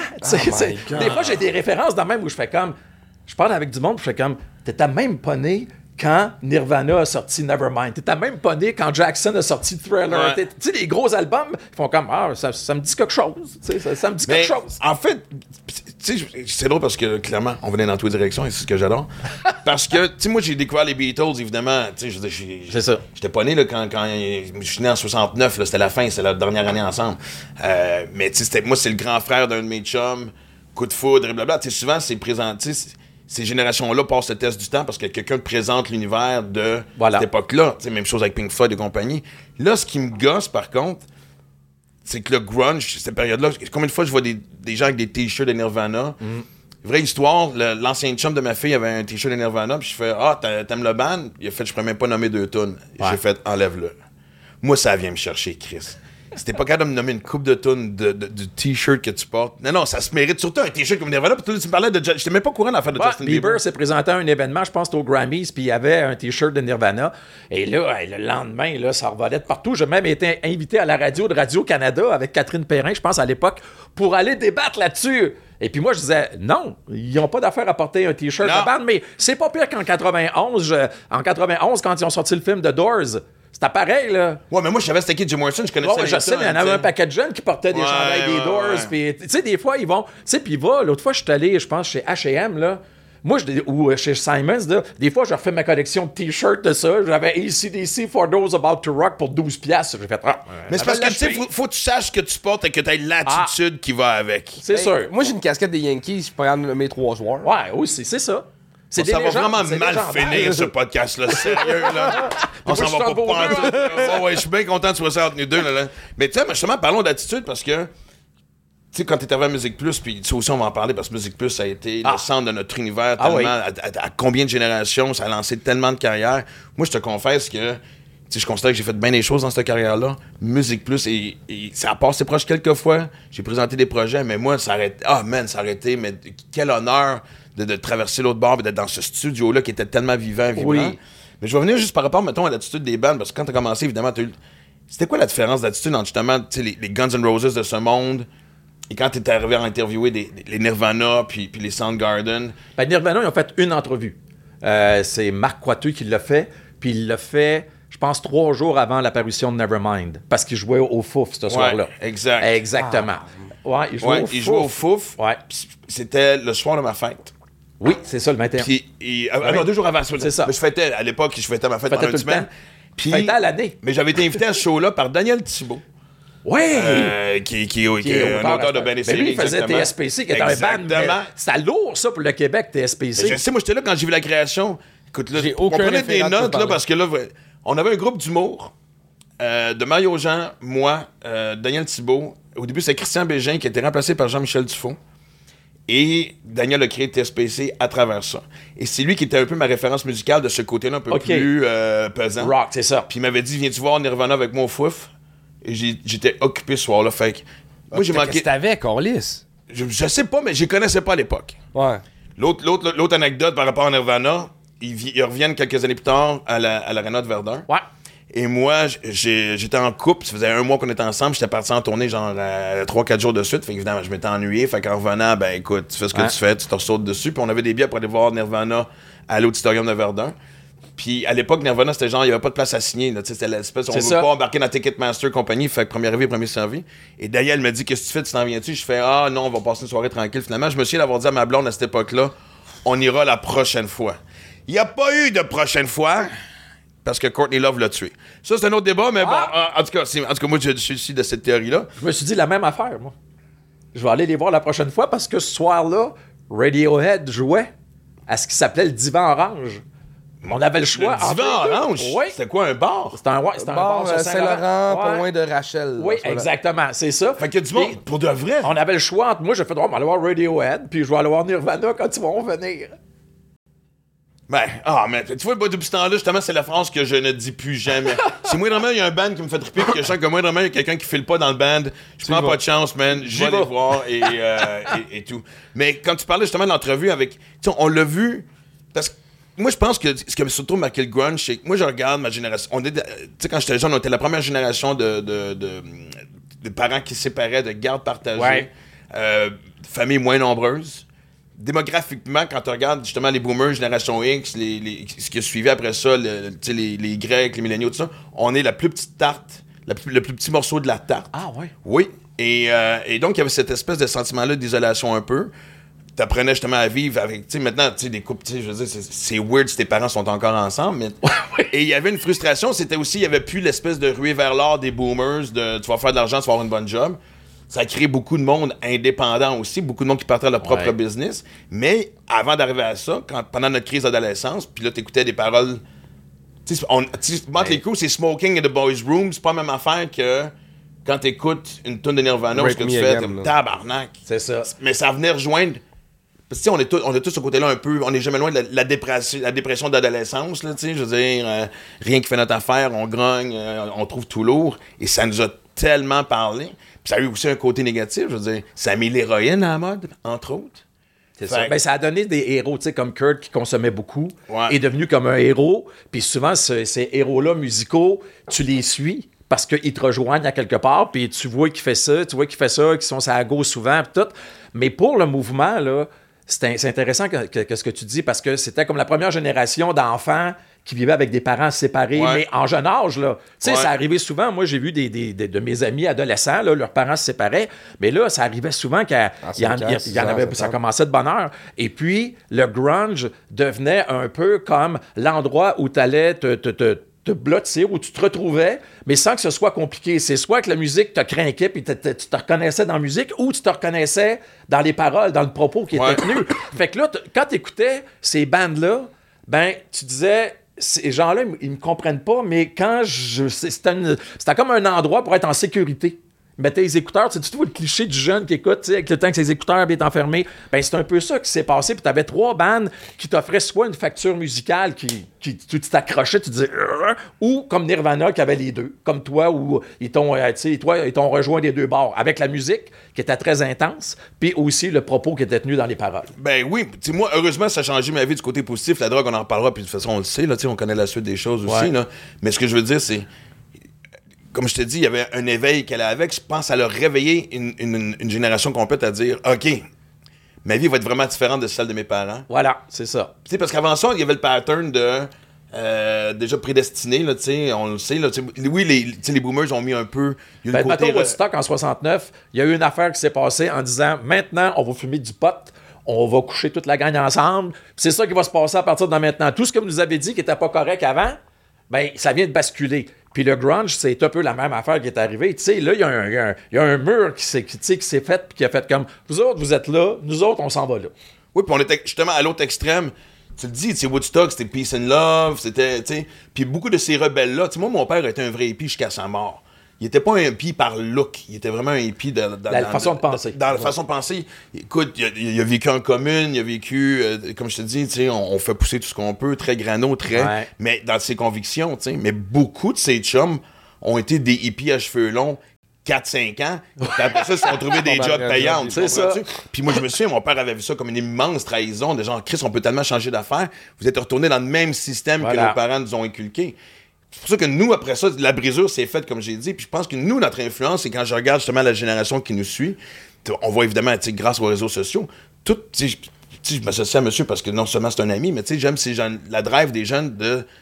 Des fois, j'ai des références dans même où je fais comme... Je parle avec du monde, je fais comme... T'étais même pas né quand Nirvana a sorti Nevermind. T'étais même pas né quand Jackson a sorti Thriller. Ouais. Tu sais, les gros albums, ils font comme... Ah, ça me dit quelque chose. Ça me dit quelque chose. En fait, tu sais, c'est drôle parce que, clairement, on venait dans toutes les directions et c'est ce que j'adore. Parce que, tu sais, moi, j'ai découvert les Beatles, évidemment. Tu sais, C'est ça. J'étais pas né là, quand je suis né en 69, là, c'était la fin, c'est la dernière année ensemble. Mais, tu sais, moi, c'est le grand frère d'un de mes chums, coup de foudre, blablabla. Tu sais, souvent, c'est présenté... Ces générations-là passent le test du temps parce que quelqu'un te présente l'univers de cette époque-là. T'sais, même chose avec Pink Floyd et compagnie. Là, ce qui me gosse, par contre, c'est que le grunge, cette période-là, combien de fois je vois des gens avec des t-shirts de Nirvana. Vraie histoire, l'ancien chum de ma fille avait un t-shirt de Nirvana, puis je fais « Ah, t'aimes le band? » Il a fait « Je pourrais même pas nommer 2 tunes. » J'ai fait « Enlève-le. » Moi, ça vient me chercher, Chris. C'était pas capable de me nommer une coupe de tunes du t-shirt que tu portes. Non, ça se mérite surtout un t-shirt comme Nirvana. Puis tu me parlais de... J'étais même pas au courant d'en faire de Justin Bieber. Bieber s'est présenté à un événement, je pense, c'était au Grammys, puis il y avait un t-shirt de Nirvana. Et là, le lendemain, là, ça revolait de partout. J'ai même été invité à la radio de Radio-Canada avec Catherine Perrin, je pense, à l'époque, pour aller débattre là-dessus. Et puis moi, je disais, non, ils n'ont pas d'affaire à porter un t-shirt de band, mais c'est pas pire qu'en 91. En 91, quand ils ont sorti le film The Doors, c'était pareil, là. Ouais, mais moi, je savais c'était qui Jim Morrison, je connaissais je sais, mais il y en avait un paquet de jeunes qui portaient des chandails des Doors. Puis, tu sais, des fois, ils vont... Tu sais, puis l'autre fois, je suis allé, je pense, chez H&M, là. Moi, ou chez Simons, là, des fois, je refais ma collection de t-shirts de ça. J'avais AC/DC For Those About to Rock pour 12$. J'ai fait, mais c'est parce que, tu sais, faut que tu saches ce que tu portes et que tu aies l'attitude qui va avec. C'est sûr. Moi, j'ai une casquette des Yankees, je suis pas capable de nommer 3 joueurs. Ouais, aussi, c'est ça. Ça va vraiment mal finir, ce podcast-là. Sérieux, là. On s'en va pas prendre. Ouais, je suis bien content que tu sois ça entre nous deux. Là. Mais tu sais, justement, parlons d'attitude parce que, tu sais, quand t'es arrivé à Musique Plus, puis tu sais aussi, on va en parler parce que Musique Plus, ça a été le centre de notre univers tellement. À combien de générations, ça a lancé tellement de carrières. Moi, je te confesse que. Tu sais, je constate que j'ai fait bien des choses dans cette carrière-là. Musique Plus, et ça a passé proche quelques fois. J'ai présenté des projets, mais moi, ça arrête. Ah, man, ça a arrêté. Mais quel honneur de traverser l'autre bord et d'être dans ce studio-là qui était tellement vivant, vibrant. Oui. Mais je vais venir juste par rapport, mettons, à l'attitude des bands, parce que quand t'as commencé, évidemment, c'était quoi la différence d'attitude entre, justement, tu sais, les Guns N' Roses de ce monde et quand t'es arrivé à interviewer les Nirvana puis les Soundgarden? Ben, Nirvana, ils ont fait une entrevue. C'est Marc Coiteux qui l'a fait, puis il l'a fait... Je pense 3 jours avant l'apparition de Nevermind, parce qu'il jouait au Fouf ce soir-là. Exact. Exactement. Ouais, il jouait au Fouf. Ouais. C'était le soir de ma fête. Oui, c'est ça, le 21. Puis, non, 2 jours avant. C'est ça. Mais je fêtais, à l'époque, je fêtais ma fête pendant une semaine. Puis, fêtais à l'année. Mais j'avais été invité à ce show-là par Daniel Thibault. Oui! Qui est un auteur de ben des séries. Lui, il faisait TSPC, qui était un band. C'était lourd, ça, pour le Québec, TSPC. Je sais, moi, j'étais là quand j'ai vu la création. Écoute, là, on prenait des notes, là, parce que là, on avait un groupe d'humour de Mario Jean, moi, Daniel Thibault. Au début, c'était Christian Bégin qui a été remplacé par Jean-Michel Dufault. Et Daniel a créé TSPC à travers ça. Et c'est lui qui était un peu ma référence musicale de ce côté-là un peu plus pesant. Rock, c'est ça. Puis il m'avait dit, viens-tu voir Nirvana avec moi au Fouf? Et j'étais occupé ce soir-là. Fait que moi, j'ai manqué... Qu'est-ce que t'avais, Corliss? Je sais pas, mais je les connaissais pas à l'époque. Ouais. L'autre anecdote par rapport à Nirvana, ils reviennent quelques années plus tard à l'Arena de Verdun. Ouais. Et moi, j'étais en couple, ça faisait 1 mois qu'on était ensemble, j'étais parti en tournée genre 3-4 jours de suite, fait évidemment, je m'étais ennuyé, fait qu'en revenant, ben écoute, tu fais ce que tu fais, tu te ressautes dessus, puis on avait des billets pour aller voir Nirvana à l'Auditorium de Verdun. Puis à l'époque, Nirvana, c'était genre, il n'y avait pas de place à signer, là, c'était l'espèce, on ne veut pas embarquer dans Ticketmaster compagnie, fait que premier arrivé, premier servi. Et Daniel me dit, qu'est-ce que tu fais, tu t'en viens-tu? Je fais, ah non, on va passer une soirée tranquille. Finalement, je me souviens d'avoir dit à ma blonde à cette époque-là, on ira la prochaine fois. Il n'y a pas eu de prochaine fois. Parce que Courtney Love l'a tué. Ça, c'est un autre débat, mais bon, en tout cas, moi, je suis ici de cette théorie-là. Je me suis dit la même affaire, moi. Je vais aller les voir la prochaine fois parce que ce soir-là, Radiohead jouait à ce qui s'appelait le Divan Orange. On avait le choix. Le Divan Orange? Oui. C'était quoi, un bar? C'était un bar sur Saint-Laurent, pas loin de Rachel. Oui, exactement, c'est ça. Fait qu'il y a du monde, pour de vrai. On avait le choix entre moi, j'ai fait, on va aller voir Radiohead, puis je vais aller voir Nirvana quand ils vont venir. Mais tu vois, depuis ce temps-là, justement, c'est la phrase que je ne dis plus jamais. Si moindrement il y a un band qui me fait triper, que je sens que moindrement il y a quelqu'un qui file pas dans le band, je prends pas de chance, man. Je vais les voir et tout. Mais quand tu parlais justement de l'entrevue avec. Tu sais, on l'a vu. Parce que moi, je pense que ce qui a surtout marqué le grunge, c'est que moi, je regarde ma génération. Tu sais, quand j'étais jeune, on était la première génération de parents qui se séparaient, de garde partagée. Ouais. familles moins nombreuses. Démographiquement, quand tu regardes justement les boomers, génération X, ce qui a suivi après ça, les Grecs, les milléniaux, tout ça, on est la plus petite tarte, le plus petit morceau de la tarte. Ah ouais? Oui. Et donc, il y avait cette espèce de sentiment-là d'isolation un peu. T'apprenais justement à vivre avec, tu sais, maintenant, tu sais, des couples, tu sais, je veux dire, c'est weird si tes parents sont encore ensemble, mais... Et il y avait une frustration, c'était aussi, il n'y avait plus l'espèce de ruée vers l'or des boomers, de tu vas faire de l'argent, tu vas avoir une bonne job. Ça a créé beaucoup de monde indépendant aussi, beaucoup de monde qui partait à leur propre business. Mais avant d'arriver à ça, pendant notre crise d'adolescence, puis là, t'écoutais des paroles... Tu sais, Motley Crue, c'est Smoking in the Boys' Room, c'est pas la même affaire que... Quand t'écoutes une tune de Nirvana, ce que tu fais, comme tabarnak. C'est ça. Mais ça venait rejoindre... Parce que, on est tous ce côté-là un peu... On n'est jamais loin de la dépression d'adolescence, là, tu sais. Je veux dire, rien qui fait notre affaire, on grogne, on trouve tout lourd. Et ça nous a tellement parlé. Puis ça a eu aussi un côté négatif, je veux dire. Ça a mis l'héroïne à la mode, entre autres. C'est ça. Ben, ça a donné des héros, tu sais, comme Kurt qui consommait beaucoup, Ouais. est devenu comme un héros. Puis souvent, ces héros-là musicaux, tu les suis parce qu'ils te rejoignent à quelque part, puis tu vois qu'il fait ça, qu'ils sont à gauche souvent, puis tout. Mais pour le mouvement, là, c'est intéressant que ce que tu dis, parce que c'était comme la première génération d'enfants qui vivaient avec des parents séparés, mais en jeune âge, là. Tu sais, ça arrivait souvent. Moi, j'ai vu de mes amis adolescents, là, leurs parents se séparaient, mais là, ça arrivait souvent ça commençait de bonne heure. Et puis, le grunge devenait un peu comme l'endroit où tu allais te blottir, où tu te retrouvais, mais sans que ce soit compliqué. C'est soit que la musique te craquait puis tu te reconnaissais dans la musique, ou tu te reconnaissais dans les paroles, dans le propos qui était tenu. Fait que là, quand tu écoutais ces bandes-là, ben, tu disais... Ces gens-là, ils me comprennent pas, mais quand c'était comme un endroit pour être en sécurité. Mettais les écouteurs, tu sais, tu vois le cliché du jeune qui écoute, tu sais, avec le temps que ses écouteurs bien enfermés. Ben, c'est un peu ça qui s'est passé. Puis tu avais 3 bandes qui t'offraient soit une facture musicale qui tu t'accrochais, tu disais, ou comme Nirvana qui avait les deux, comme toi, où ils t'ont rejoint des deux bords, avec la musique qui était très intense, puis aussi le propos qui était tenu dans les paroles. Ben oui, tu sais, moi, heureusement, ça a changé ma vie du côté positif. La drogue, on en reparlera, puis de toute façon, on le sait, là, tu sais, on connaît la suite des choses aussi, là. Mais ce que je veux dire, c'est... Comme je te dis, il y avait un éveil qu'elle a avec. Je pense que ça a réveillé une génération complète à dire, OK, ma vie va être vraiment différente de celle de mes parents. Voilà, c'est ça. Tu sais, parce qu'avant ça, il y avait le pattern de... déjà prédestiné, là, tu sais, on le sait, là, oui, les boomers ont mis un peu... Il y a Ben, mettons, Woodstock, en 69, il y a eu une affaire qui s'est passée en disant, maintenant, on va fumer du pot, on va coucher toute la gang ensemble, c'est ça qui va se passer à partir de maintenant. Tout ce que vous nous avez dit qui n'était pas correct avant, ben, ça vient de basculer. Puis le grunge, c'est un peu la même affaire qui est arrivée. Tu sais, là, il y a un mur qui s'est fait, puis qui a fait comme, vous autres, vous êtes là, nous autres, on s'en va là. Oui, puis on était justement à l'autre extrême. Tu le dis, tu sais, Woodstock, c'était peace and love, c'était, tu sais... Puis beaucoup de ces rebelles-là, tu sais, moi, mon père était un vrai hippie jusqu'à sa mort. Il était pas un hippie par look, il était vraiment un hippie dans la façon de penser. Dans la façon de penser. Écoute, il a vécu en commune, il a vécu, comme je te dis, tu sais, on fait pousser tout ce qu'on peut, très grano, très... Mais dans ses convictions, tu sais. Mais beaucoup de ses chums ont été des hippies à cheveux longs, 4-5 ans, puis après ça, ils se sont trouvés des jobs payants. C'est ça. Puis moi, je me souviens, mon père avait vu ça comme une immense trahison, de genre, Chris, on peut tellement changer d'affaires. Vous êtes retournés dans le même système que nos parents nous ont inculqué. C'est pour ça que nous, après ça, la brisure s'est faite, comme j'ai dit. Puis je pense que nous, notre influence, c'est quand je regarde justement la génération qui nous suit, on voit évidemment, grâce aux réseaux sociaux, tout, je m'associe à monsieur parce que non seulement c'est un ami, mais j'aime ces jeunes, la drive des jeunes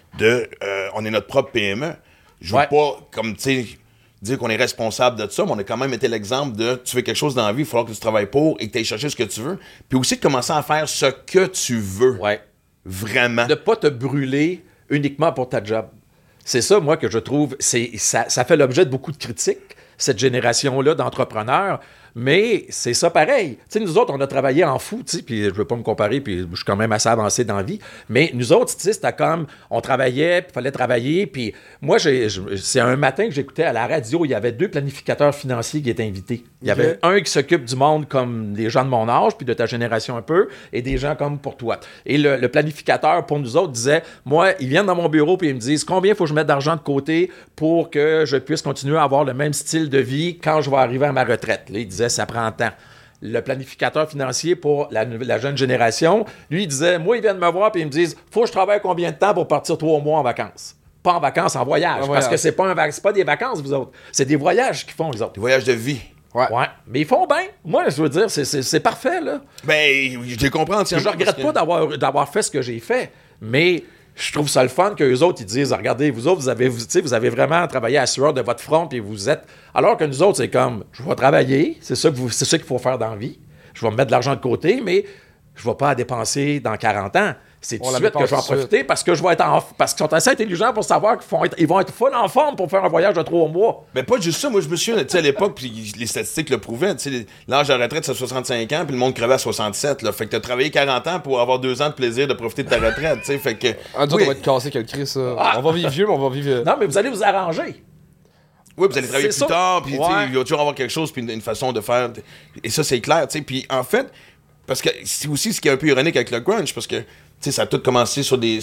on est notre propre PME. Je veux pas, comme, dire qu'on est responsable de ça, mais on a quand même été l'exemple de tu fais quelque chose dans la vie, il va falloir que tu travailles pour et que tu ailles chercher ce que tu veux. Puis aussi de commencer à faire ce que tu veux. Ouais. Vraiment. De pas te brûler uniquement pour ta job. C'est ça, moi, que je trouve, ça fait l'objet de beaucoup de critiques, cette génération-là d'entrepreneurs, mais c'est ça pareil. Tu sais, nous autres, on a travaillé en fou, tu sais, puis je veux pas me comparer, puis je suis quand même assez avancé dans la vie, mais nous autres, tu sais, c'était comme, on travaillait, puis il fallait travailler, puis moi, c'est un matin que j'écoutais à la radio, il y avait 2 planificateurs financiers qui étaient invités. Il y avait un qui s'occupe du monde comme des gens de mon âge, puis de ta génération un peu, et des gens comme pour toi. Et le planificateur, pour nous autres, disait, moi, ils viennent dans mon bureau, puis ils me disent, combien il faut que je mette d'argent de côté pour que je puisse continuer à avoir le même style de vie quand je vais arriver à ma retraite. Là, il disait, ça prend temps. Le planificateur financier pour la jeune génération, lui, il disait, moi, ils viennent me voir, puis ils me disent, faut que je travaille combien de temps pour partir 3 mois en vacances? Pas en vacances, en voyage. Parce que c'est pas des vacances, vous autres. C'est des voyages qu'ils font, les autres. Des voyages de vie. Ouais. Mais ils font bien. Moi, je veux dire, c'est parfait, là. Ben, je les comprends entièrement. Je regrette pas d'avoir fait ce que j'ai fait, mais je trouve ça le fun qu'eux autres, ils disent, regardez, vous autres, vous avez vraiment travaillé à la sueur de votre front, puis vous êtes... Alors que nous autres, c'est comme, je vais travailler, c'est ça qu'il faut faire dans la vie, je vais me mettre de l'argent de côté, mais je ne vais pas la dépenser dans 40 ans. C'est tout de suite que je vais en profiter parce que je vais être parce qu'ils sont assez intelligents pour savoir qu'ils vont être full en forme pour faire un voyage de 3 mois. Mais pas juste ça. Moi, je me souviens, tu sais, à l'époque, puis les statistiques le prouvaient, tu sais, l'âge de retraite, c'est 65 ans, puis le monde crevait à 67. Là. Fait que t'as travaillé 40 ans pour avoir 2 ans de plaisir de profiter de ta retraite, tu sais. Fait que... On va être cassé que le Chris, ça. On va vivre vieux, mais on va vivre... Non, mais vous allez vous arranger. Oui, vous allez travailler plus tard, puis ouais. il va toujours avoir quelque chose, puis une façon de faire. Et ça, c'est clair, tu sais. Puis en fait, parce que c'est aussi ce qui est un peu ironique avec le grunge, parce que tu sais, ça a tout commencé sur des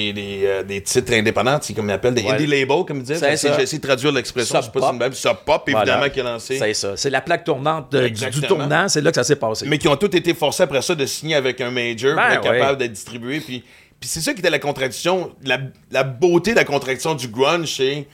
titres indépendants, comme ils appellent, des indie labels, comme ils disent. J'ai essayé de traduire l'expression, je sais pas si c'est une même. Sub Pop, évidemment, qui a lancé. C'est ça. C'est la plaque tournante du tournant, c'est là que ça s'est passé. Mais qui ont tous été forcés après ça de signer avec un major pour être capable d'être distribués. Puis c'est ça qui était la contradiction. La beauté de la contradiction du grunge, c'est.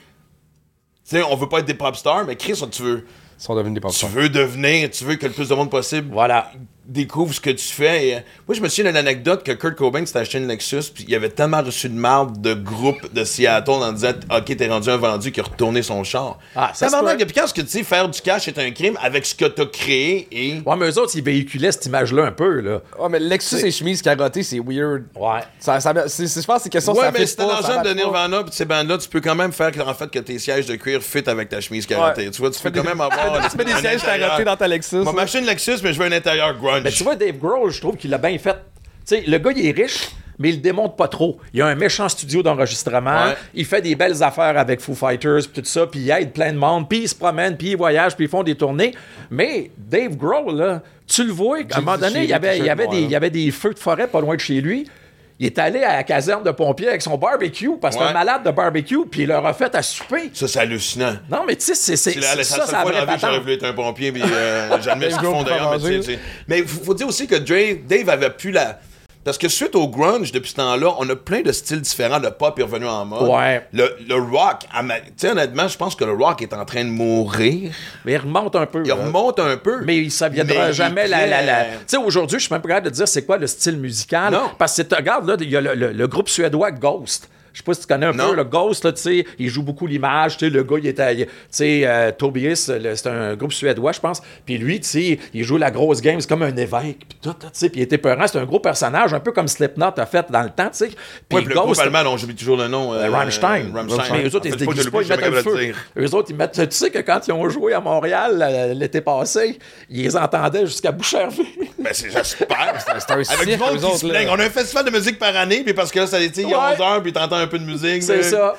Tu sais, on veut pas être des pop stars, mais Chris, tu veux. Ils sont devenus des pop stars. Tu veux que le plus de monde possible découvre ce que tu fais. Et, moi, je me souviens d'une anecdote que Kurt Cobain s'était acheté une Lexus, puis il avait tellement reçu de marde de groupes de Seattle en disant OK, t'es rendu un vendu qui a retourné son char. Ça m'a dit, puis quand tu sais, faire du cash est un crime avec ce que t'as créé et. Ouais, mais eux autres, ils véhiculaient cette image-là un peu, là. Ouais, mais Lexus et chemise carottée, c'est weird. Ouais. Je pense que c'est question ouais, ça mais fait si t'as l'argent de Nirvana pis de ces bandes-là, tu peux quand même faire en fait que tes sièges de cuir fit avec ta chemise carottée. Ouais. Tu vois, tu peux quand même avoir. Tu mets des sièges carottés dans ta Lexus. On va m'acheter une Lexus, mais je veux un intérieur grunge. Mais tu vois, Dave Grohl, je trouve qu'il l'a bien fait. Tu sais, le gars, il est riche, mais il le démontre pas trop. Il a un méchant studio d'enregistrement. Ouais. Il fait des belles affaires avec Foo Fighters, puis tout ça, puis il aide plein de monde, puis il se promène, puis il voyage, puis ils font des tournées. Mais Dave Grohl, là, tu le vois, à un moment donné, il y avait des feux de forêt pas loin de chez lui. Il est allé à la caserne de pompiers avec son barbecue, parce que c'est un malade de barbecue, puis il leur a fait à souper. Ça, c'est hallucinant. Non, mais tu sais, c'est la seule fois dans la vie que j'aurais voulu être un pompier, puis j'admets ce qu'ils font d'ailleurs. Mais faut dire aussi que Dave avait pu la... Parce que suite au grunge, depuis ce temps-là, on a plein de styles différents. Le pop est revenu en mode. Ouais. Le rock, tu sais, honnêtement, je pense que le rock est en train de mourir. Mais il remonte un peu. Mais ça viendra jamais Tu sais, aujourd'hui, je suis même pas capable de dire c'est quoi le style musical. Non. Parce que, regarde, là, il y a le groupe suédois Ghost. Je sais pas si tu connais un peu le Ghost, là, tu sais, il joue beaucoup l'image, tu sais, le gars, il était, tu sais, Tobias, c'est un groupe suédois, je pense, puis lui, tu sais, il joue la grosse game, c'est comme un évêque, puis tout, tu sais, puis il était peurant, c'est un gros personnage, un peu comme Slipknot a fait dans le temps, tu sais. Puis le groupe allemand, on j'oublie toujours le nom. Rammstein. Mais eux autres, ils se déguisent pas, ils mettent le feu. Eux autres, ils mettent, tu sais que quand ils ont joué à Montréal l'été passé, ils les entendaient jusqu'à Boucherville. Ben, j'espère. C'est un avec du monde qui se plaignent. On a un festival de musique par année, puis parce que là, ça il y a 11 heures, puis t'entends un peu de musique. C'est ça.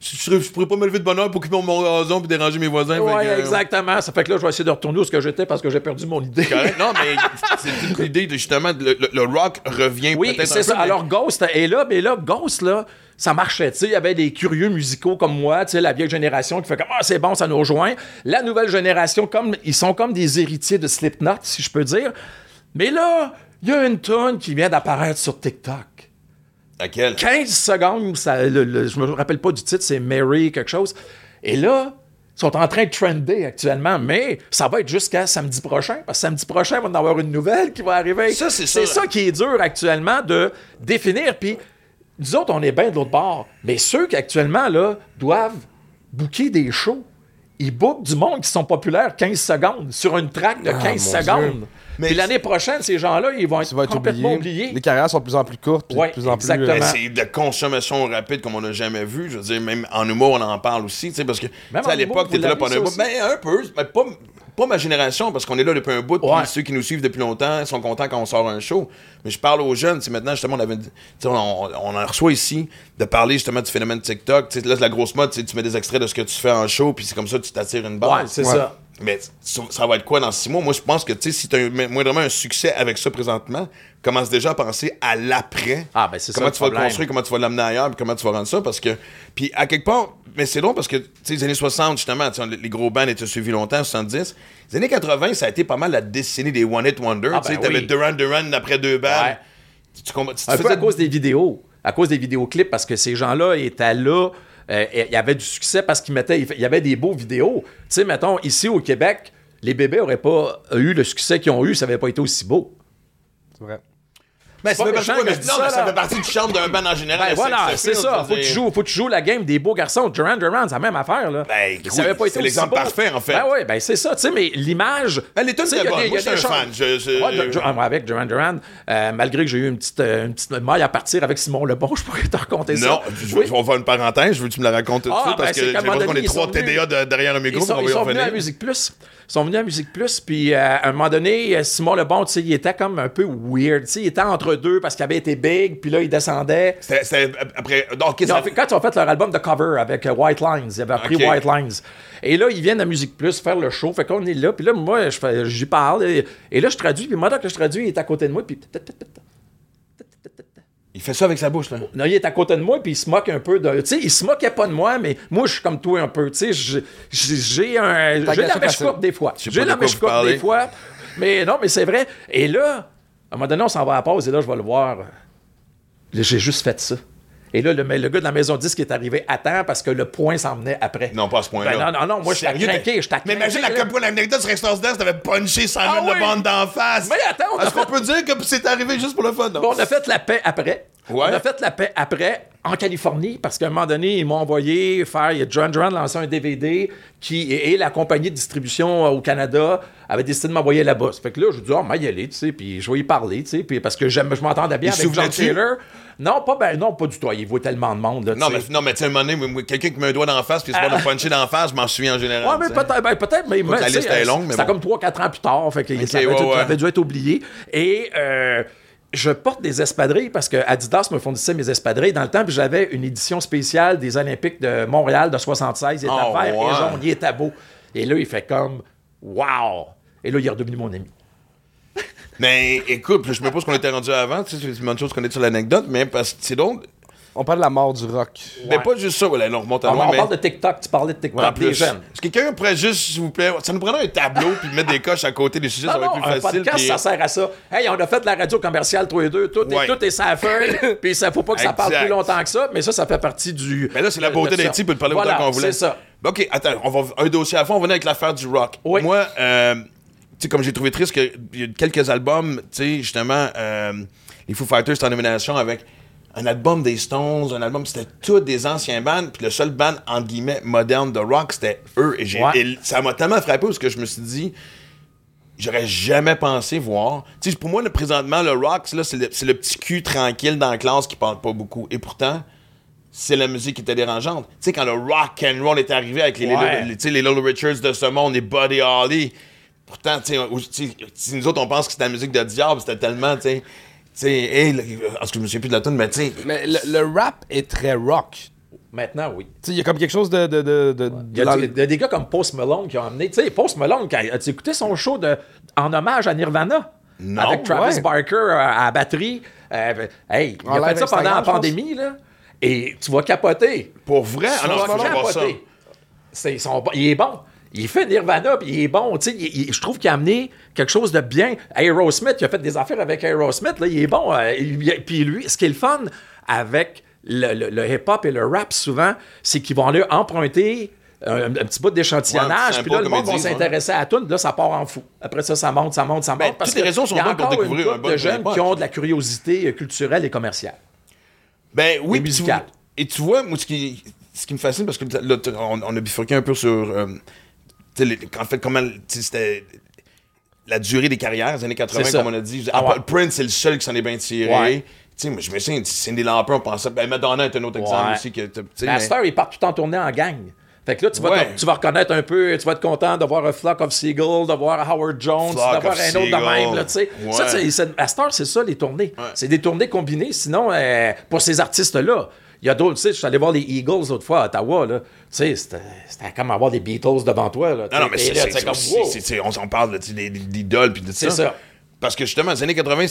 Je pourrais pas me lever de bonne heure pour couper mon gazon puis déranger mes voisins. Oui, exactement. Ça fait que là, je vais essayer de retourner où ce que j'étais parce que j'ai perdu mon idée. Correct. Non, mais c'est l'idée de justement, le rock revient peut-être un peu. Oui, c'est ça. Mais... Alors, Ghost est là, mais là, Ghost, là, ça marchait. Tu sais, il y avait des curieux musicaux comme moi, tu sais, la vieille génération qui fait comme « Ah, c'est bon, ça nous rejoint. » La nouvelle génération, ils sont comme des héritiers de Slipknot, si je peux dire. Mais là, il y a une tonne qui vient d'apparaître sur TikTok. Laquelle? 15 secondes, je me rappelle pas du titre, c'est Mary quelque chose. Et là, ils sont en train de trender actuellement, mais ça va être jusqu'à samedi prochain, parce que samedi prochain, il va y en avoir une nouvelle qui va arriver. C'est ça qui est dur actuellement de définir. Puis nous autres, on est bien de l'autre bord. Mais ceux qui actuellement là, doivent booker des shows, ils bookent du monde qui sont populaires 15 secondes sur une track de 15 secondes. Mais puis l'année prochaine, ces gens-là, ils vont être complètement oubliés. Les carrières sont de plus en plus courtes, puis de plus en plus... Mais c'est de consommation rapide comme on n'a jamais vu. Je veux dire, même en humour, on en parle aussi, parce que à l'époque, t'étais là pendant un bout. Ben, un peu, mais pas ma génération, parce qu'on est là depuis un bout, puis ceux qui nous suivent depuis longtemps sont contents quand on sort un show. Mais je parle aux jeunes, maintenant, justement, on en reçoit ici de parler justement du phénomène TikTok. T'sais, là, c'est la grosse mode, tu mets des extraits de ce que tu fais en show, puis c'est comme ça que tu t'attires une base. Ouais, c'est ça. Mais ça va être quoi dans 6 mois? Moi, je pense que si tu as moindrement un succès avec ça présentement, commence déjà à penser à l'après. Ah, ben c'est comment ça. Tu vas le construire, comment tu vas l'amener ailleurs, puis comment tu vas rendre ça. Parce que. Puis à quelque part, mais c'est long parce que, les années 60, justement, les gros bands étaient suivis longtemps, 70. Les années 80, ça a été pas mal la décennie des One Hit Wonder. Tu avais Duran après 2 bands. Ouais. Un peu à cause des vidéos. À cause des vidéoclips, parce que ces gens-là étaient là. Il y avait du succès parce qu'il y avait des beaux vidéos. Tu sais, mettons, ici au Québec, les bébés n'auraient pas eu le succès qu'ils ont eu, ça n'avait pas été aussi beau. C'est vrai. Ben, ça pas fait méchant partie, que je dis ça, ça là. fait partie du charme d'un band en général. Ben voilà, c'est ça. Faut Faut que tu joues la game des beaux garçons. Duran Duran, c'est la même affaire, là. Ben, Ça avait pas été c'est aussi l'exemple beau. parfait, en fait. Ben oui, ben c'est ça, tu sais, mais l'image... Ben, les tunes, tu sais, c'est il y a bon. des- Moi, il y a je suis des un fan. choses- Moi, avec Duran Duran, malgré que j'ai eu une petite maille à partir avec Simon Lebon, je pourrais te raconter ça. Non, Oui. on va faire une parenthèse. Je veux que tu me la racontes tout de Ah, suite ben, parce c'est que j'ai qu'à un moment l'impression qu'on donné, est trois ils sont venus- TDA derrière un micro. Ils sont venus à Musique Plus. Ils sont venus à Musique Plus, puis à un moment donné, Simon Lebon, tu sais, il était comme un peu weird. Tu sais, il était entre deux parce qu'il avait été big, puis là, il descendait. C'était après. Donc, Quand ils ont fait leur album de cover avec White Lines, ils avaient pris Ok. White Lines. Et là, ils viennent à Musique Plus faire le show. Fait qu'on est là, puis là, moi, j'y parle. Et là, je traduis, puis moi, que je traduis, il est à côté de moi, puis... il fait ça avec sa bouche, là. Non, il est à côté de moi, puis il se moque un peu de... Tu sais, il se moquait pas de moi, mais moi, je suis comme toi un peu. Tu sais, j'ai la mèche courte des fois. Je sais J'ai pas la de quoi mèche vous courte parlez. des fois. Mais non, mais c'est vrai. Et là, à un moment donné, on s'en va à la pause, et là, je vais le voir. Là, j'ai juste fait ça. Et là, le gars de la maison 10 qui est arrivé à temps parce que le point s'en venait après. Non, pas à ce point-là. Ben non, moi, je t'ai Sérieux, craqué, Mais imagine l'anecdote sur Extras Dance, t'avais punché 100 000 oui. de bande d'en face. Mais attends, Est-ce qu'on peut dire que c'est arrivé juste pour le fun, non? Bon, on a fait la paix après. Ouais. On a fait la paix après en Californie parce qu'à un moment donné, ils m'ont envoyé faire. Il y a Duran Duran lancé un DVD et la compagnie de distribution au Canada avait décidé de m'envoyer là-bas. Ça fait que là, je dis, oh, y aller, tu sais, puis je vais y parler, tu sais, puis parce que je m'entendais bien Il avec John souvenait-tu? Taylor. Non, pas du tout. Il voit tellement de monde, là, Non, tu sais. mais tu sais, à un moment donné, moi, quelqu'un qui met un doigt d'en face puis c'est pas de puncher d'en face, je m'en souviens en général. Ouais, mais tu sais. peut-être, mais que la tu sais, liste est longue, mais c'était bon. comme 3-4 ans plus tard, fait que Ok, ça avait, ouais. ça avait dû être oublié. Et je porte des espadrilles parce que Adidas me fournissait mes espadrilles dans le temps, puis j'avais une édition spéciale des Olympiques de Montréal de 76. Il était Oh, vert et ouais. jaune, il était beau. Et là, il fait comme « Wow! » Et là, il est redevenu mon ami. Mais écoute, je me pose qu'on était rendu avant, tu sais, c'est une bonne chose qu'on est sur l'anecdote, mais parce que c'est drôle. On parle de la mort du rock. Mais pas juste ça, là, on remonte à On loin, mais. parle de TikTok, tu parlais de TikTok, En des plus, jeunes. est-ce que quelqu'un pourrait juste, s'il vous plaît, ça nous prendrait un tableau puis mettre des coches à côté des sujets, ça va être plus un facile. podcast, puis- ça sert à ça. Hey, on a fait de la radio commerciale, toi et deux. Tout est sa feuille. Puis ça faut pas que ça parle Exact. plus longtemps que ça. Mais ça fait partie du... Mais là, c'est la beauté de des ça. types, on peut parler Voilà, autant qu'on voulait. c'est ça. OK, attends, on va un dossier à fond, on va venir avec l'affaire du rock. Oui. Moi, tu sais, comme j'ai trouvé triste qu'il y a quelques albums, tu sais, justement, les Foo Fighters étaient en nomination avec un album des Stones, un album, c'était tous des anciens bands, puis le seul band, entre guillemets, moderne de rock, c'était eux. Et ça m'a tellement frappé parce que je me suis dit, j'aurais jamais pensé voir. Tu sais, pour moi, présentement, le rock, là, c'est le petit cul tranquille dans la classe qui parle pas beaucoup. Et pourtant, c'est la musique qui était dérangeante. Tu sais, quand le rock and roll est arrivé avec les Little Richards de ce monde, les Buddy Holly, pourtant, tu sais, nous autres, on pense que c'était la musique de diable, c'était tellement, tu sais, hey, parce que je me souviens plus de la tune, mais tu sais. Mais le rap est très rock. Maintenant, oui. Tu sais, il y a comme quelque chose de Il y a des gars comme Post Malone qui ont amené... Tu sais, Post Malone, as-tu écouté son show en hommage à Nirvana? Non, Avec Travis ouais. Barker à la batterie. Hey, il En a live fait ça pendant la Instagram, je pense. pandémie, là. Et tu vas capoter. Pour vrai? Ah non, Tu je vas peux pas voir ça. capoter. Il est bon. Il fait Nirvana, puis il est bon. Tu sais, je trouve qu'il a amené quelque chose de bien. Aerosmith, il a fait des affaires avec Aerosmith. Là, il est bon. Puis lui, ce qui est le fun avec le hip-hop et le rap, souvent, c'est qu'ils vont aller emprunter un petit bout Ouais, d'échantillonnage. c'est Puis là, un le peu monde comme va ils disent, s'intéresser à la toune. Là, ça part en fou. Après ça, ça monte. Ben, Parce toutes les raisons sont qu'il y a bonnes pour encore découvrir une un couple bon de jeunes hip-hop. qui ont de la curiosité culturelle et commerciale. Ben oui, Et puis musical. et tu vois, moi, ce qui me fascine, parce que là, on a bifurqué un peu sur. Tu sais, en fait, comment. Tu sais, c'était. La durée des carrières, les années 80, C'est ça. comme on a dit. Ah ouais. Prince, c'est le seul qui s'en est bien tiré. Ouais. Tu sais, moi, je me souviens, Cyndi Lauper, on pensait. Ben, Madonna est un autre exemple Ouais. aussi. Que, tu sais, La star, ils partent tout en tournée en gang. Fait que là, tu vas reconnaître un peu, tu vas être content de voir un Flock of Seagulls, de voir Howard Jones, Flock d'avoir of un autre de même, Seagulls. là, tu sais. Ouais. Ça, à Star, c'est ça, les tournées. C'est des tournées combinées. Sinon, pour ces artistes-là, il y a d'autres, tu sais, je suis allé voir les Eagles l'autre fois à Ottawa, là. Tu sais, c'était comme avoir des Beatles devant toi, là. Non, non, mais Et là, c'est comme, aussi, wow. on s'en parle d'idoles puis de ça. C'est ça. Parce que justement, les années 80,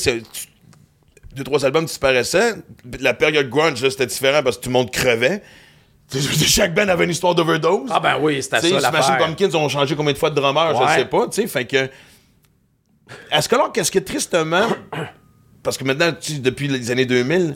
deux, trois albums disparaissaient. La période grunge, là, c'était différent parce que tout le monde crevait. Chaque band avait une histoire d'overdose. Ah ben oui, c'était T'sais, ça Smashing l'affaire. Pumpkins ont changé combien de fois de drummer, je Ouais. sais pas, tu sais, fait que... Est-ce que tristement, parce que maintenant, depuis les années 2000,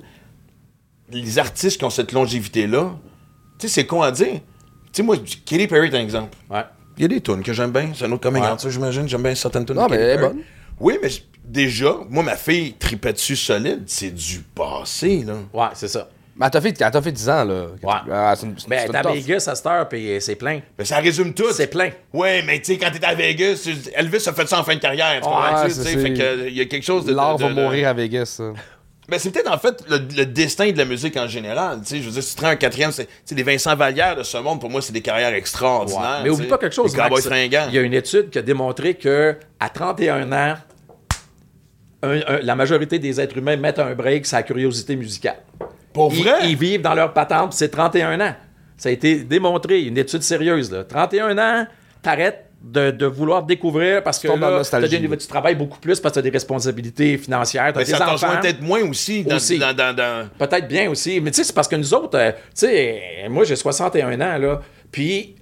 les artistes qui ont cette longévité-là, tu sais, c'est con à dire. Tu sais, moi, Katy Perry, par exemple. Ouais. Il y a des tunes que j'aime bien. C'est un autre comédien, ça, j'imagine. J'aime bien certaines tunes. Non, mais elle est bonne. Oui, mais déjà, moi, ma fille tripait dessus solide. C'est du passé, là. Ouais, c'est ça. Mais elle t'a fait 10 ans, là. Ouais. Mais c'est t'es à tough. Vegas à cette heure, puis c'est plein. Mais ça résume tout. C'est plein. Ouais, mais tu sais, quand t'es à Vegas, Elvis a fait ça en fin de carrière. Tu comprends? Ouais, Tu sais, c'est- fait que il y a quelque chose de. L'art va de- mourir à Vegas, ça. Ben, c'est peut-être en fait le destin de la musique en général. Tu sais, je veux dire, si tu prends un quatrième, tu sais, des Vincent Vallière de ce monde, pour moi, c'est des carrières extraordinaires. Mais oublie tu pas sais. quelque chose, Les Cowboys Max. fringants. Il y a une étude qui a démontré que à 31 ans, la majorité des êtres humains mettent un break sur la curiosité musicale. Pour vrai? Ils vivent dans leur patente, puis c'est 31 ans. Ça a été démontré, une étude sérieuse. Là. 31 ans, t'arrêtes de vouloir découvrir parce que tombes dans la là, nostalgie. tu travailles beaucoup plus parce que tu as des responsabilités financières, tu as Mais des ça t'en enfants. rejoint peut-être moins aussi. Aussi. Peut-être bien aussi. Mais tu sais, c'est parce que nous autres, tu sais, moi j'ai 61 ans, là, puis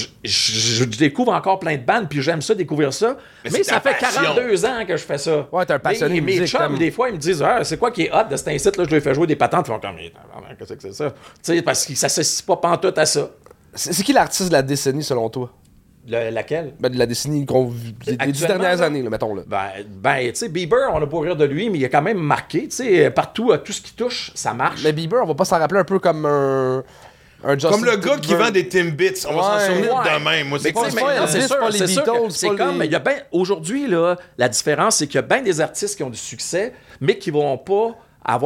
je découvre encore plein de bandes, puis j'aime ça, découvrir ça. Mais Mais c'est ça ta fait passion. 42 ans que je fais ça. Ouais, t'es un passionné de Mes musique, chums, t'aimes. des fois, ils me disent, c'est quoi qui est hot de cet incite, là, je lui fais jouer des patentes, ils font comme, qu'est-ce que c'est ça? Tu sais, parce qu'ils s'associent pas pantoute à ça. C'est qui l'artiste de la décennie, selon toi? Laquelle? Ben, de la décennie qu'on vit. Des 10 Actuellement, dernières là? années, là, mettons-le. Ben, tu sais, Bieber, on a pas rire de lui, mais il a quand même marqué, tu sais, partout, tout ce qui touche, ça marche. Mais Bieber, on va pas s'en rappeler un peu comme un Justin Comme le gars qui Timberlake. vend des Timbits. On va s'en Ouais. souvenir Ouais. de même. Moi, c'est pas quoi ça, ça? Elvis, c'est sûr, pas les c'est sûr que Beatles, c'est pas comme, les- il y a ben, aujourd'hui, là, la différence, c'est qu'il y a bien des artistes qui ont du succès, mais qui vont pas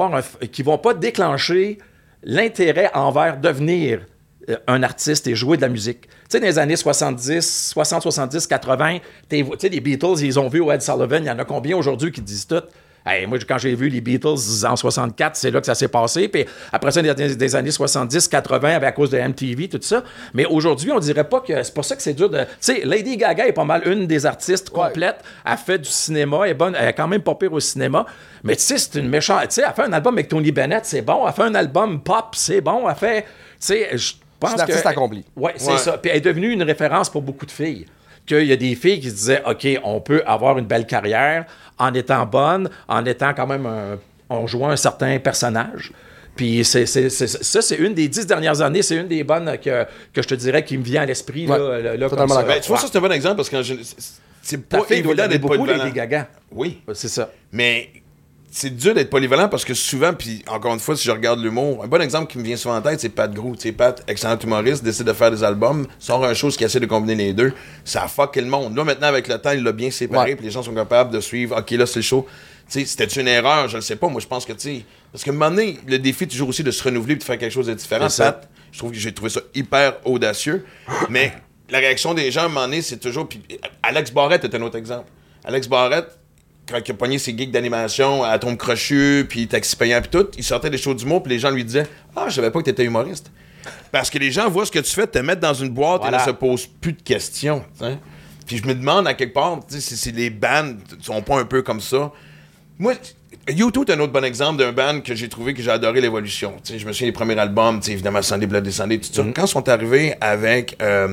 qui vont pas déclencher l'intérêt envers devenir un artiste et jouer de la musique. Tu sais, dans les années 70, 60, 70, 80, tu sais, les Beatles, ils ont vu au Ed Sullivan, il y en a combien aujourd'hui qui disent tout? Hey, moi, quand j'ai vu les Beatles en 64, c'est là que ça s'est passé. Puis après ça, des années 70, 80, à cause de MTV, tout ça. Mais aujourd'hui, on dirait pas que... C'est pour ça que c'est dur de... Tu sais, Lady Gaga est pas mal une des artistes complètes. Elle fait du cinéma, elle est bonne, elle est quand même pas pire au cinéma. Mais tu sais, c'est une méchante... Tu sais, elle fait un album avec Tony Bennett, c'est bon. Elle fait un album pop, c'est bon. Elle fait... Tu sais, je pense C'est une artiste que... accomplie. Ouais, c'est ça. Puis elle est devenue une référence pour beaucoup de filles. Qu'il y a des filles qui se disaient, OK, on peut avoir une belle carrière en étant bonne, en étant quand même en jouant un certain personnage. Puis ça, c'est une des 10 dernières années, c'est une des bonnes que je te dirais qui me vient à l'esprit. Ouais, Là, totalement comme ça. d'accord. Ben, tu vois, ça, c'est un bon exemple parce que c'est Ta pas fille doit évident aimer d'être beaucoup polyvalent. Lady Gaga. Oui, C'est ça. mais c'est dur d'être polyvalent parce que souvent, puis encore une fois, si je regarde l'humour, un bon exemple qui me vient souvent en tête, c'est Pat Grou. Tu sais, Pat, excellent humoriste, décide de faire des albums, sort un show qui essaie de combiner les deux. Ça a fucké le monde. Là, maintenant, avec le temps, il l'a bien séparé, Ouais. puis les gens sont capables de suivre. OK, là, c'est le show. Tu sais, c'était une erreur, je ne sais pas. Moi, je pense que, tu sais, parce qu'à un moment donné, le défi est toujours aussi de se renouveler et de faire quelque chose de différent. C'est ça. Pat, je trouve que j'ai trouvé ça hyper audacieux. Mais la réaction des gens, à un moment donné, c'est toujours. Puis Alex Barrette est un autre exemple. Alex Barrette, quand il a pogné ses gigs d'animation à Tombe Crochu, puis Taxi Payant, puis tout, il sortait des shows d'humour, puis les gens lui disaient « Ah, je savais pas que t'étais humoriste. » Parce que les gens voient ce que tu fais, te mettre dans une boîte Voilà. et ne se posent plus de questions. T'sais. Puis je me demande à quelque part, si les bands sont pas un peu comme ça. Moi, U2 est un autre bon exemple d'un band que j'ai trouvé que j'ai adoré l'évolution. T'sais, je me souviens des premiers albums, évidemment Sunday Bloody Sunday, tout ça. Quand ils sont arrivés avec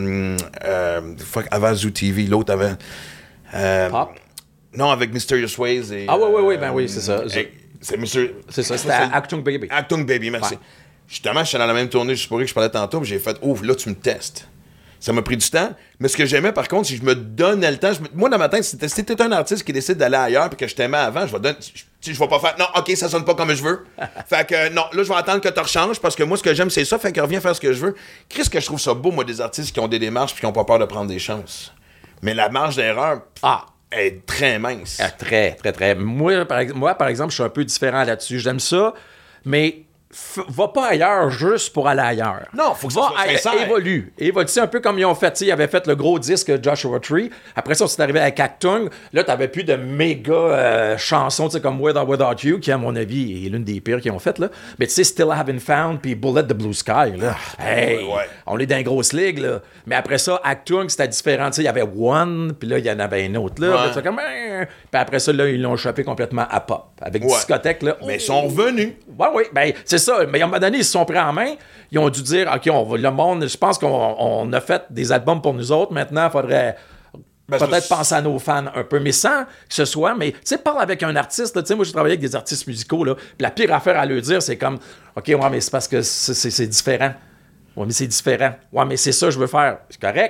avant Zoo TV, l'autre avait Pop. non, avec Mysterious Ways et Ah oui, ben oui, c'est ça. c'est Mr. C'est ça, c'était Actung Baby. Actung Baby, merci. Ouais. Justement, je suis dans la même tournée juste pour que je parlais tantôt, puis j'ai fait ouf, là tu me testes. Ça m'a pris du temps, mais ce que j'aimais par contre, c'est que je me donnais le temps. Moi, dans ma tête, si t'es un artiste qui décide d'aller ailleurs puis que je t'aimais avant, je vais pas faire non, ok, ça sonne pas comme je veux. Fait que non, là, je vais attendre que tu rechanges parce que moi, ce que j'aime, c'est ça. Fait que reviens faire ce que je veux. Qu'est-ce que je trouve ça beau, moi, des artistes qui ont des démarches puis qui ont pas peur de prendre des chances. Mais la marge d'erreur, est très mince. Ah, très, très, très. Moi, par exemple, je suis un peu différent là-dessus. J'aime ça, mais va pas ailleurs juste pour aller ailleurs. Non, faut que ça soit sincère. Évolue. Évolue. C'est un peu comme ils ont fait. Ils avaient fait le gros disque Joshua Tree. Après ça, c'est arrivé avec Actung. Là, t'avais plus de méga chansons comme With or Without You, qui, à mon avis, est l'une des pires qu'ils ont faites. Là. Mais tu sais, Still Haven't Found, puis Bullet the Blue Sky. Là. Hey, ouais. on est dans une grosse ligue. Là. Mais après ça, Actung, c'était différent. Il y avait One, puis là, il y en avait un autre. Là. Ouais. Puis comme, puis après ça, là, ils l'ont échappé complètement à pop. Avec discothèque. Là. Mais ils sont revenus. Oui, ben, c'est ça. Mais à un moment donné, ils se sont pris en main. Ils ont dû dire, OK, le monde, je pense qu'on a fait des albums pour nous autres. Maintenant, il faudrait peut-être penser à nos fans un peu, mais sans que ce soit. Mais, tu sais, parle avec un artiste. Tu sais, moi, j'ai travaillé avec des artistes musicaux. Là, puis la pire affaire à leur dire, c'est comme, OK, ouais, mais c'est parce que c'est différent. Ouais, mais c'est différent. Ouais, mais c'est ça que je veux faire. C'est correct.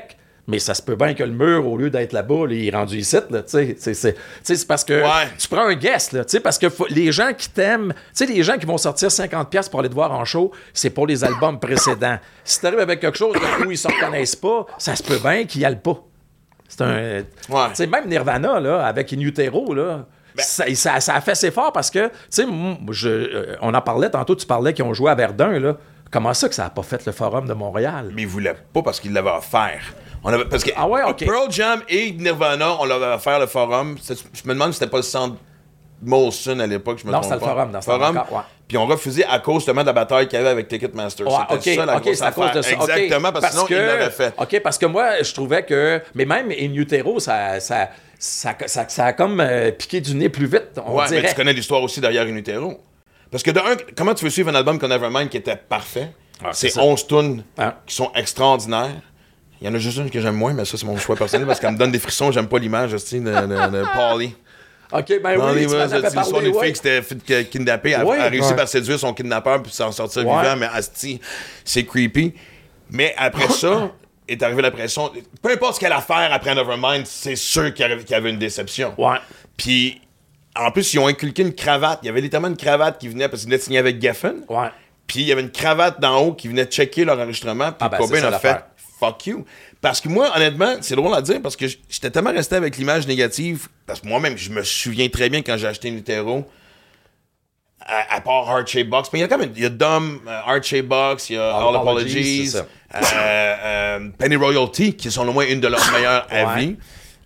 Mais ça se peut bien que le mur, au lieu d'être là-bas, là, il est rendu ici, là, tu sais. C'est parce que tu prends un guest, là, tu sais, parce que les gens qui t'aiment, tu sais, les gens qui vont sortir 50$ pour aller te voir en show, c'est pour les albums précédents. Si t'arrives avec quelque chose où ils se reconnaissent pas, ça se peut bien qu'ils y aillent pas. C'est un... Tu sais, même Nirvana, là, avec In Utero, là... Ça a fait assez fort parce que, tu sais, on en parlait tantôt, tu parlais qu'ils ont joué à Verdun, là. Comment ça que ça n'a pas fait le Forum de Montréal? Mais ils voulaient pas parce qu'ils l'avaient offert. Parce que OK. Pearl Jam et Nirvana, on l'avait offert le Forum. Je me demande si c'était pas le centre Molson à l'époque, je me trompe pas. Non, c'était le Forum. Dans ce temps-là, ouais. Puis on refusé à cause justement de la bataille qu'il y avait avec Ticketmaster. C'était ça la grosse c'est à cause de ça. Exactement, parce que sinon, ils l'avaient fait. OK, parce que moi, je trouvais que... Mais même In Utero, ça a comme piqué du nez plus vite, on dirait. Mais tu connais l'histoire aussi derrière In Utero. Parce que de un, comment tu veux suivre un album comme Nevermind qui était parfait? C'est 11 tunes qui sont extraordinaires. Il y en a juste une que j'aime moins, mais ça, c'est mon choix personnel parce qu'elle me donne des frissons. J'aime pas l'image de Paulie. OK, ben oui, c'est l'histoire d'une fille qui s'était kidnappée. Elle a réussi à séduire son kidnappeur puis s'en sortir vivant, mais asti, c'est creepy. Mais après ça, est arrivée la pression. Peu importe ce qu'elle a à faire après Nevermind, c'est sûr qu'il y avait une déception. Ouais. Puis, en plus, ils ont inculqué une cravate. Il y avait littéralement une cravate qui venait parce qu'ils venaient de signer avec Geffen. Ouais. Puis, il y avait une cravate d'en haut qui venait checker leur enregistrement. Puis, Cobain a fait « fuck you ». Parce que moi, honnêtement, c'est drôle à dire parce que j'étais tellement resté avec l'image négative. Parce que moi-même, je me souviens très bien quand j'ai acheté une Utero, à part Heart Shape Box. Mais il y a Dumb, Heart Shape Box, il y a All Apologies, Penny Royalty, qui sont au moins une de leurs meilleures à vie.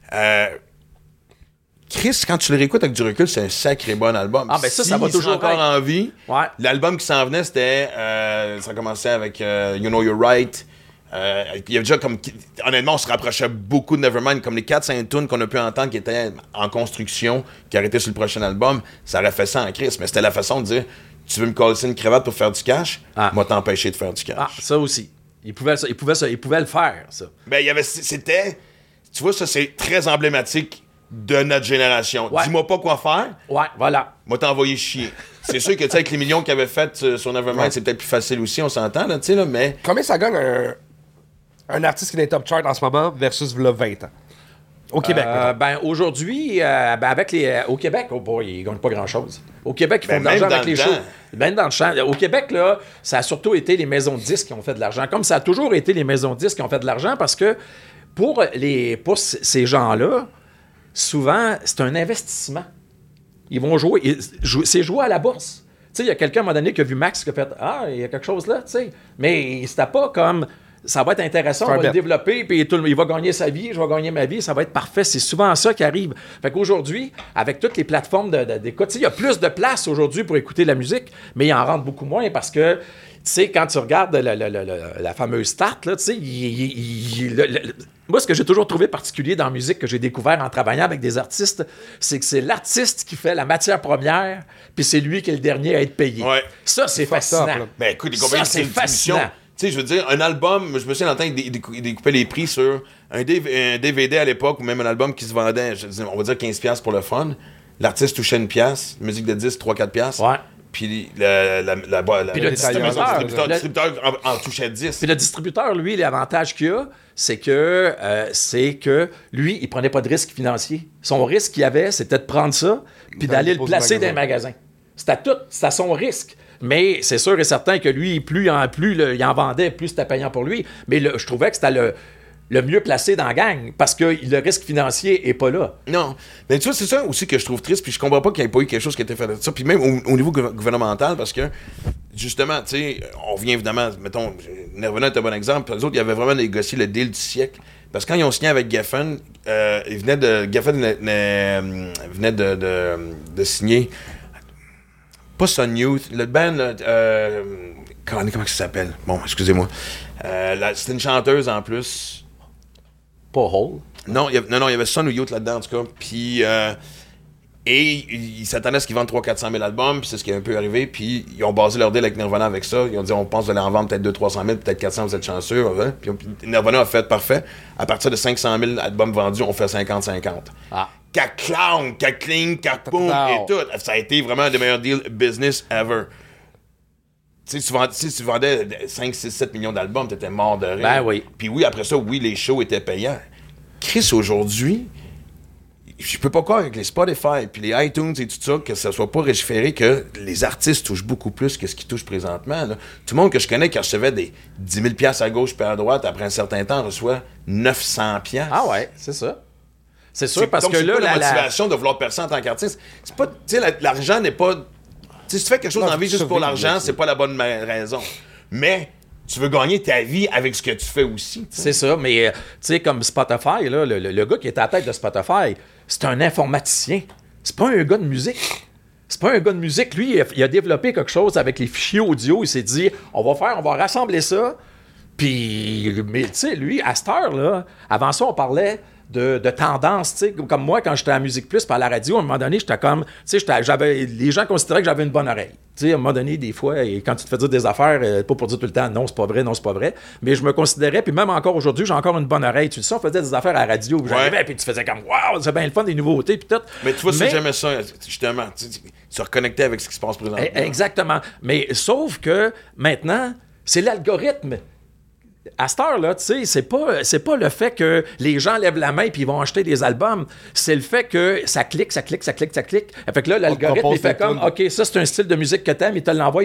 Chris, quand tu le réécoutes avec du recul, c'est un sacré bon album. Ah, ben ça va toujours encore en vie. Ouais. L'album qui s'en venait, c'était... ça commençait avec You Know You're Right. Il y avait déjà comme... Honnêtement, on se rapprochait beaucoup de Nevermind. Comme les 4-5 tunes qu'on a pu entendre qui étaient en construction, qui arrêtaient sur le prochain album, ça aurait fait ça en Chris. Mais c'était la façon de dire, tu veux me coller une cravate pour faire du cash? Moi, t'empêcher de faire du cash. Ah, ça aussi. Il pouvait le faire, ça. Ben, il y avait... C'était... Tu vois, ça, c'est très emblématique de notre génération. Ouais. Dis-moi pas quoi faire. Ouais, voilà. Moi, t'envoyer chier. C'est sûr que, tu sais, avec les millions qu'il avait fait sur Nevermind, c'est peut-être plus facile aussi, on s'entend, là, tu sais, là, mais... Combien ça gagne un artiste qui est dans les top chart en ce moment versus v'là 20 ans? Au Québec, aujourd'hui, avec au Québec, oh boy, ils gagnent pas grand-chose. Au Québec, ils font de l'argent avec les shows. Même dans le champ. Au Québec, là, ça a surtout été les maisons de disques qui ont fait de l'argent. Comme ça a toujours été les maisons de disques qui ont fait de l'argent parce que pour ces gens-là, souvent, c'est un investissement. Ils vont jouer. C'est jouer à la bourse. Tu sais, il y a quelqu'un à un moment donné qui a vu Max qui a fait « Ah, il y a quelque chose là, tu sais. » Mais c'était pas comme... Ça va être intéressant, on va le développer, puis il va gagner sa vie, je vais gagner ma vie, ça va être parfait. C'est souvent ça qui arrive. Fait qu'aujourd'hui, avec toutes les plateformes d'écoute, il y a plus de place aujourd'hui pour écouter la musique, mais il en rentre beaucoup moins parce que, tu sais, quand tu regardes la fameuse stat, là, tu sais, moi, ce que j'ai toujours trouvé particulier dans la musique que j'ai découvert en travaillant avec des artistes, c'est que c'est l'artiste qui fait la matière première, puis c'est lui qui est le dernier à être payé. Ouais. Ça, c'est fascinant. Ben écoute, c'est fascinant. Tu sais, je veux dire, un album, je me souviens longtemps, ils découpaient les prix sur un DVD à l'époque, ou même un album qui se vendait, on va dire 15$ pour le fun. L'artiste touchait 1$, musique de 10, 3-4$. Ouais. Puis le distributeur en touchait 10. Puis le distributeur, lui, l'avantage qu'il a, c'est que lui, il prenait pas de risque financier. Son risque qu'il avait, c'était de prendre ça, puis d'aller le placer dans un magasin. C'était à son risque. Mais c'est sûr et certain que lui, plus il en vendait, plus c'était payant pour lui. Mais je trouvais que c'était le mieux placé dans la gang, parce que le risque financier est pas là. Non. Mais tu vois, c'est ça aussi que je trouve triste, puis je comprends pas qu'il n'y ait pas eu quelque chose qui ait été fait de ça. Puis même au niveau gouvernemental, parce que, justement, tu sais, on vient évidemment, mettons, Nirvana est un bon exemple, les autres, ils avaient vraiment négocié le deal du siècle. Parce que quand ils ont signé avec Geffen, Geffen venait de signer... Pas Sun Youth, le band, comment ça s'appelle? Bon, excusez-moi. C'était une chanteuse en plus. Pas Hole? Non, il y avait Sun ou Youth là-dedans, en tout cas. Puis, et ils s'attendaient à ce qu'ils vendent 300-400 000 albums, puis c'est ce qui est un peu arrivé. Puis, ils ont basé leur deal avec Nirvana avec ça. Ils ont dit, on pense vous allez en vendre peut-être 200-300 000, peut-être 400, vous êtes chanceux. Hein? Puis, Nirvana a fait parfait. À partir de 500 000 albums vendus, on fait 50-50. Ah. Clown, cling, boom et tout. Ça a été vraiment un des meilleurs deals business ever. Tu Tu sais, tu vendais 5, 6, 7 millions d'albums, t'étais mort de rire. Ben oui. Puis oui, après ça, oui, les shows étaient payants. Chris, aujourd'hui, je peux pas croire avec les Spotify puis les iTunes et tout ça que ça soit pas référé que les artistes touchent beaucoup plus que ce qu'ils touchent présentement. Là. Tout le monde que je connais qui recevait des 10 000 $ à gauche puis à droite, après un certain temps, reçoit 900 $. Ah ouais, c'est ça. C'est sûr, parce que là... C'est pas la motivation de vouloir percer en tant qu'artiste. C'est pas... Tu sais, l'argent n'est pas... Tu sais, si tu fais quelque chose dans la vie juste pour l'argent, c'est pas la bonne raison. Mais... Tu veux gagner ta vie avec ce que tu fais aussi. T'sais. C'est ça, mais tu sais, comme Spotify, là, le gars qui est à la tête de Spotify, c'est un informaticien. C'est pas un gars de musique. C'est pas un gars de musique. Lui, il a développé quelque chose avec les fichiers audio. Il s'est dit, on va rassembler ça. Puis, mais tu sais, lui, à cette heure, là, avant ça, on parlait de tendance, tu sais, comme moi, quand j'étais à Musique Plus, par la radio, à un moment donné, j'étais comme, tu sais, les gens considéraient que j'avais une bonne oreille. Tu sais, à un moment donné, des fois, et quand tu te fais dire des affaires, pas pour dire tout le temps, non, c'est pas vrai, non, c'est pas vrai, mais je me considérais, puis même encore aujourd'hui, j'ai encore une bonne oreille. Tu sais, on faisait des affaires à la radio, puis j'arrivais, puis tu faisais comme, waouh, c'est bien le fun, des nouveautés, puis tout. Mais tu vois, c'est jamais ça, justement. Tu se reconnecter avec ce qui se passe présentement. Exactement. Mais sauf que maintenant, c'est l'algorithme. À cette heure-là, tu sais, c'est pas le fait que les gens lèvent la main et ils vont acheter des albums. C'est le fait que ça clique. Fait que là, l'algorithme, il fait comme, OK, ça, c'est un style de musique que t'aimes, il te l'envoie.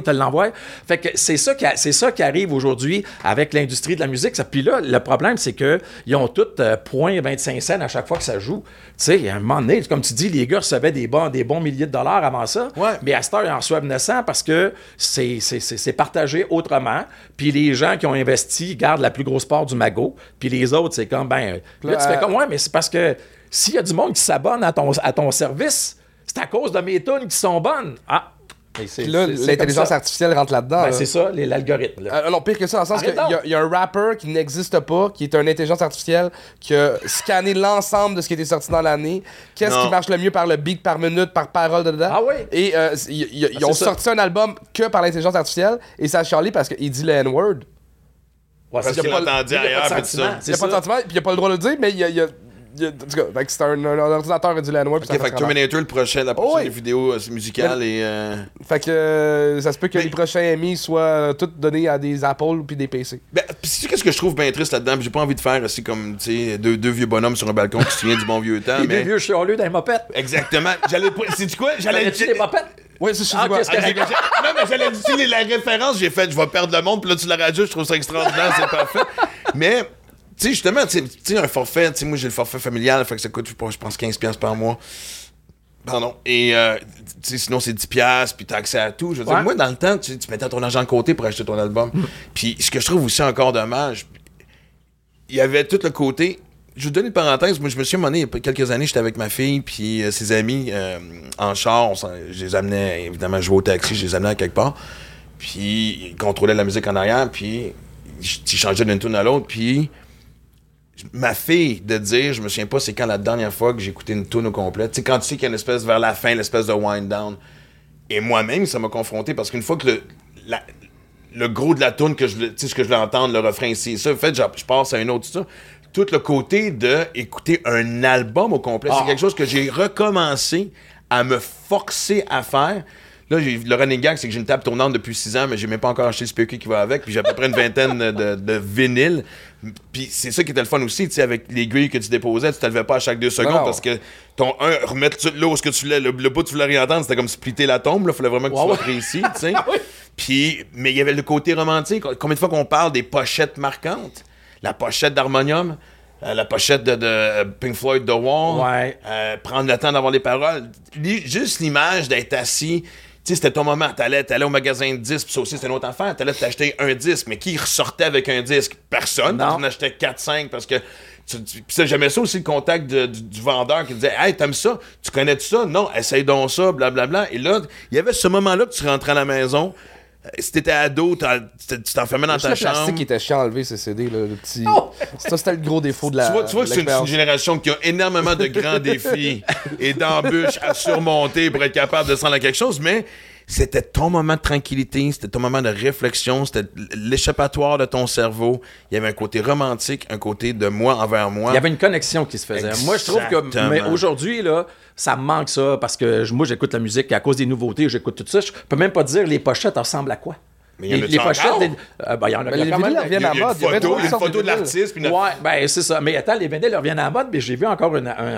Fait que c'est ça qui arrive aujourd'hui avec l'industrie de la musique. Puis là, le problème, c'est qu'ils ont tous 0.25 cents à chaque fois que ça joue. Tu sais, à un moment donné, comme tu dis, les gars recevaient des bons milliers de dollars avant ça. Ouais. Mais à cette heure, ils en reçoivent 900 parce que c'est partagé autrement. Puis les gens qui ont investi gardent la plus grosse part du magot. Puis les autres, c'est comme, ben... Là, tu fais comme, ouais, mais c'est parce que s'il y a du monde qui s'abonne à ton service, c'est à cause de mes tunes qui sont bonnes. Ah! Puis là, l'intelligence artificielle rentre là-dedans. Ben, c'est ça, l'algorithme. Non, pire que ça, dans le sens qu'il y a un rapper qui n'existe pas, qui est une intelligence artificielle, qui a scanné l'ensemble de ce qui était sorti dans l'année. Qu'est-ce qui marche le mieux par le beat, par minute, par parole dedans. Ah oui? Et ils ont sorti un album que par l'intelligence artificielle, et ça a chialé parce qu'il dit le N-word. Ouais, parce qu'il l'a entendu ailleurs, puis tout ça. Il n'y a pas de sentiment, puis il n'a pas le droit de le dire, mais il y a en tout cas, c'est un ordinateur et du Landware. Fait que Terminator, la prochaine vidéo musicale et... Fait que ça se peut que les prochains Emmy soient tous donnés à des Apple puis des PC. Ben, pis sais-tu qu'est-ce que je trouve bien triste là-dedans? J'ai pas envie de faire aussi comme, tu sais, deux vieux bonhommes sur un balcon qui se souviennent du bon vieux temps. Deux vieux chialeux dans les mopettes. Exactement. C'est quoi? J'allais-tu des mopettes? Oui, c'est quoi? Non, mais j'allais utiliser la référence, j'ai fait, je vais perdre le monde, puis là, tu la rajoutes, je trouve ça extraordinaire, c'est parfait. Mais... Tu sais, justement, tu sais, un forfait, tu sais, moi j'ai le forfait familial, fait que ça coûte, je pense, 15$ par mois. Pardon. Et, tu sais, sinon c'est 10$, puis t'as accès à tout. Je veux dire, moi, dans le temps, tu mettais ton argent de côté pour acheter ton album. Puis ce que je trouve aussi encore dommage, il y avait tout le côté. Je vous donne une parenthèse. Moi, je me suis amené il y a quelques années, j'étais avec ma fille, puis ses amis en char. Je les amenais, évidemment, jouer au taxi, je les amenais à quelque part. Puis ils contrôlaient la musique en arrière, puis ils changeaient d'une tune à l'autre, puis. Ma fille de dire, je me souviens pas c'est quand la dernière fois que j'ai écouté une tune au complet. Tu sais, quand tu sais qu'il y a une espèce vers la fin, l'espèce de wind down. Et moi-même, ça m'a confronté parce qu'une fois que le gros de la tune que je voulais entendre, le refrain ici, ça, en fait, je passe à un autre, ça. Tout le côté de écouter un album au complet, c'est quelque chose que j'ai recommencé à me forcer à faire. Là, le running gag, c'est que j'ai une table tournante depuis 6 ans, mais j'ai même pas encore acheté le speaker qui va avec, puis j'ai à peu près une vingtaine de vinyles. Puis c'est ça qui était le fun aussi, tu sais, avec les grilles que tu déposais, tu te levais pas à chaque 2 secondes parce que remettre là où ce que tu voulais, le bout que tu voulais réentendre, c'était comme splitter la tombe, là, fallait vraiment que tu sois précis, tu sais. Puis, mais il y avait le côté romantique. Combien de fois qu'on parle des pochettes marquantes? La pochette d'Harmonium, la pochette de Pink Floyd, The Wall, prendre le temps d'avoir les paroles. Juste l'image d'être assis. Tu sais, c'était ton moment. T'allais au magasin de disques, puis ça aussi, c'était une autre affaire. T'allais t'acheter un disque, mais qui ressortait avec un disque? Personne. Tu en achetais 4-5 parce que... Puis j'aimais ça aussi, le contact du vendeur qui disait « Hey, t'aimes ça? Tu connais ça? Non, essaye donc ça, blablabla. » Et là, il y avait ce moment-là que tu rentrais à la maison. Si t'étais ado, tu t'enfermais dans ta chambre. Le plastique qui était chiant à enlever, ces CD, là, le petit... Ça, c'était le gros défaut de la... Tu vois que c'est une génération qui a énormément de grands défis et d'embûches à surmonter pour être capable de se rendre à quelque chose, mais c'était ton moment de tranquillité, c'était ton moment de réflexion, c'était l'échappatoire de ton cerveau. Il y avait un côté romantique, un côté de moi envers moi. Il y avait une connexion qui se faisait. Exactement. Moi, je trouve que... Mais aujourd'hui, là, ça me manque ça, parce que moi, j'écoute la musique à cause des nouveautés, j'écoute tout ça. Je peux même pas dire les pochettes ressemblent à quoi. Mais il y en a les pochettes, encore? Il y en a les quand même. vinyles reviennent à Il y a mode. une photo, plein de sortes de vinyles. l'artiste. Puis Ouais, ben c'est ça. Mais attends, les vinyles reviennent à mode, mais j'ai vu encore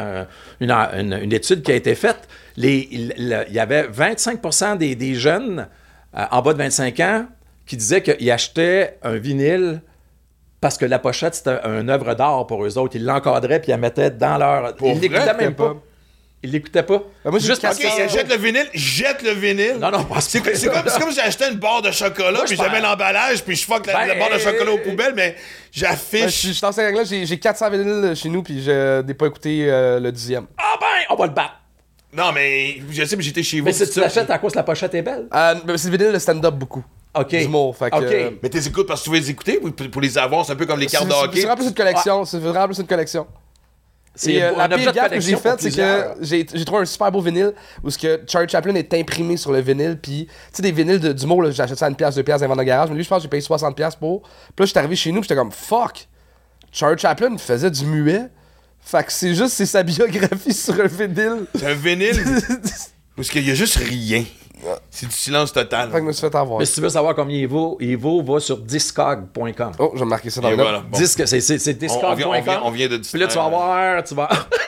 une étude qui a été faite. Il y avait 25% des jeunes en bas de 25 ans qui disaient qu'ils achetaient un vinyle parce que la pochette, c'était une œuvre d'art pour eux autres. Ils l'encadraient puis ils la mettaient dans leur... Pour Ils l'écoutaient vrai? même pas. Ils l'écoutaient pas. moi, j'ai Juste une parce OK, que... jette le vinyle. Non, non, pas C'est comme si j'achetais une barre de chocolat, Moi, puis je j'avais perds. l'emballage, puis je fuck la Ben, barre de chocolat aux poubelles, mais Je j'affiche. suis dans cette règle-là, j'ai 400 vinyles chez nous, puis je n'ai pas écouté le 10e. Ah ben, on va le battre. Non, mais je sais, mais j'étais chez vous. Mais si tout tu ça. l'achètes à cause la pochette est belle. C'est le vinyle de stand-up beaucoup. OK. D'humour, fait que, OK. Mais t'es écoutes parce que tu veux les écouter ou pour les avoir, c'est un peu comme les cartes de C'est hockey. vraiment plus une collection. C'est vraiment plus une collection. C'est Et, un la objet pire de gaffe que j'ai collection pour faite, c'est que plusieurs. j'ai trouvé un super beau vinyle où ce que Charlie Chaplin est imprimé sur le vinyle. Puis, tu sais, des vinyles d'humour, là, j'achète ça à 1$, 2$ dans les ventes de garage. Mais lui, je pense que j'ai payé 60$ pour. Puis là, j'étais arrivé chez nous, puis j'étais comme fuck. Charlie Chaplin faisait du muet. Fait que c'est sa biographie sur un vinyle. C'est un vinyle parce qu'il y a juste rien. C'est du silence total. Fait que je me suis fait avoir. Mais si tu veux savoir combien il vaut, va sur discog.com. Oh, je vais marquer ça dans Et le voilà. note. Bon. Disque, c'est discog.com. On vient de Puis là, tu vas voir, tu vas...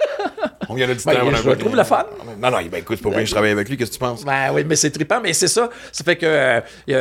On vient de Ben, je le trouve le fun. Non, non, ben écoute, c'est pour rien que je travaille avec lui, qu'est-ce que tu penses? Ben oui, mais c'est trippant, mais c'est ça. Ça fait que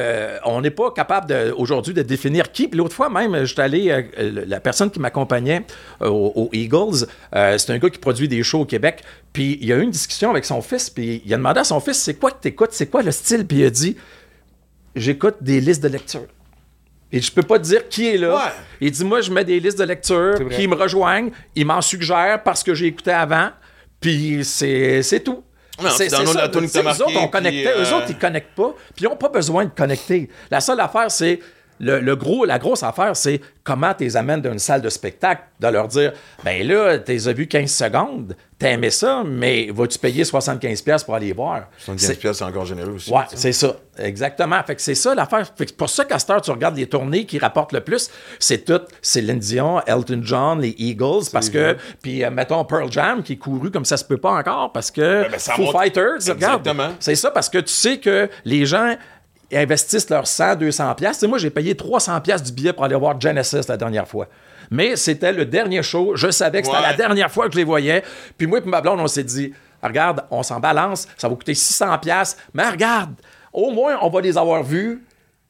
on n'est pas capable aujourd'hui de définir qui. Puis l'autre fois même, j'étais allé, la personne qui m'accompagnait aux Eagles, c'est un gars qui produit des shows au Québec. Puis il y a eu une discussion avec son fils, puis il a demandé à son fils, c'est quoi que t'écoutes, c'est quoi le style? Puis il a dit, j'écoute des listes de lecture. Et je peux pas te dire qui est là. Ouais. Il dit, moi, je mets des listes de lecture C'est vrai. qui me rejoignent. Il m'en suggère parce que j'ai écouté avant. Puis c'est tout. Non, C'est tu downloads ça. la tune que Tu sais, t'as eux autres, on marquée, connectait. puis, Eux autres, ils connectent pas. Puis ils n'ont pas besoin de connecter. La seule affaire, c'est... La grosse affaire, c'est comment tu les amènes d'une salle de spectacle, de leur dire, ben là, tu les as vus 15 secondes, t'as aimé ça, mais vas-tu payer 75$ pour aller voir? 75$, c'est encore généreux aussi. Ouais, c'est ça. Exactement. Fait que c'est ça l'affaire. Fait que c'est pour ça qu'à cette heure, tu regardes les tournées qui rapportent le plus. C'est tout Céline Dion, Elton John, les Eagles, parce que... Puis, mettons, Pearl Jam, qui est couru comme ça se peut pas encore, parce que ben, ça Foo monte- Fighters, regarde. Exactement. C'est ça, parce que tu sais que les gens investissent leurs 100, 200$. Tu sais, moi, j'ai payé 300$ du billet pour aller voir Genesis la dernière fois. Mais c'était le dernier show. Je savais que c'était Ouais. la dernière fois que je les voyais. Puis moi et ma blonde, on s'est dit, regarde, on s'en balance, ça va coûter 600$. Mais regarde, au moins, on va les avoir vus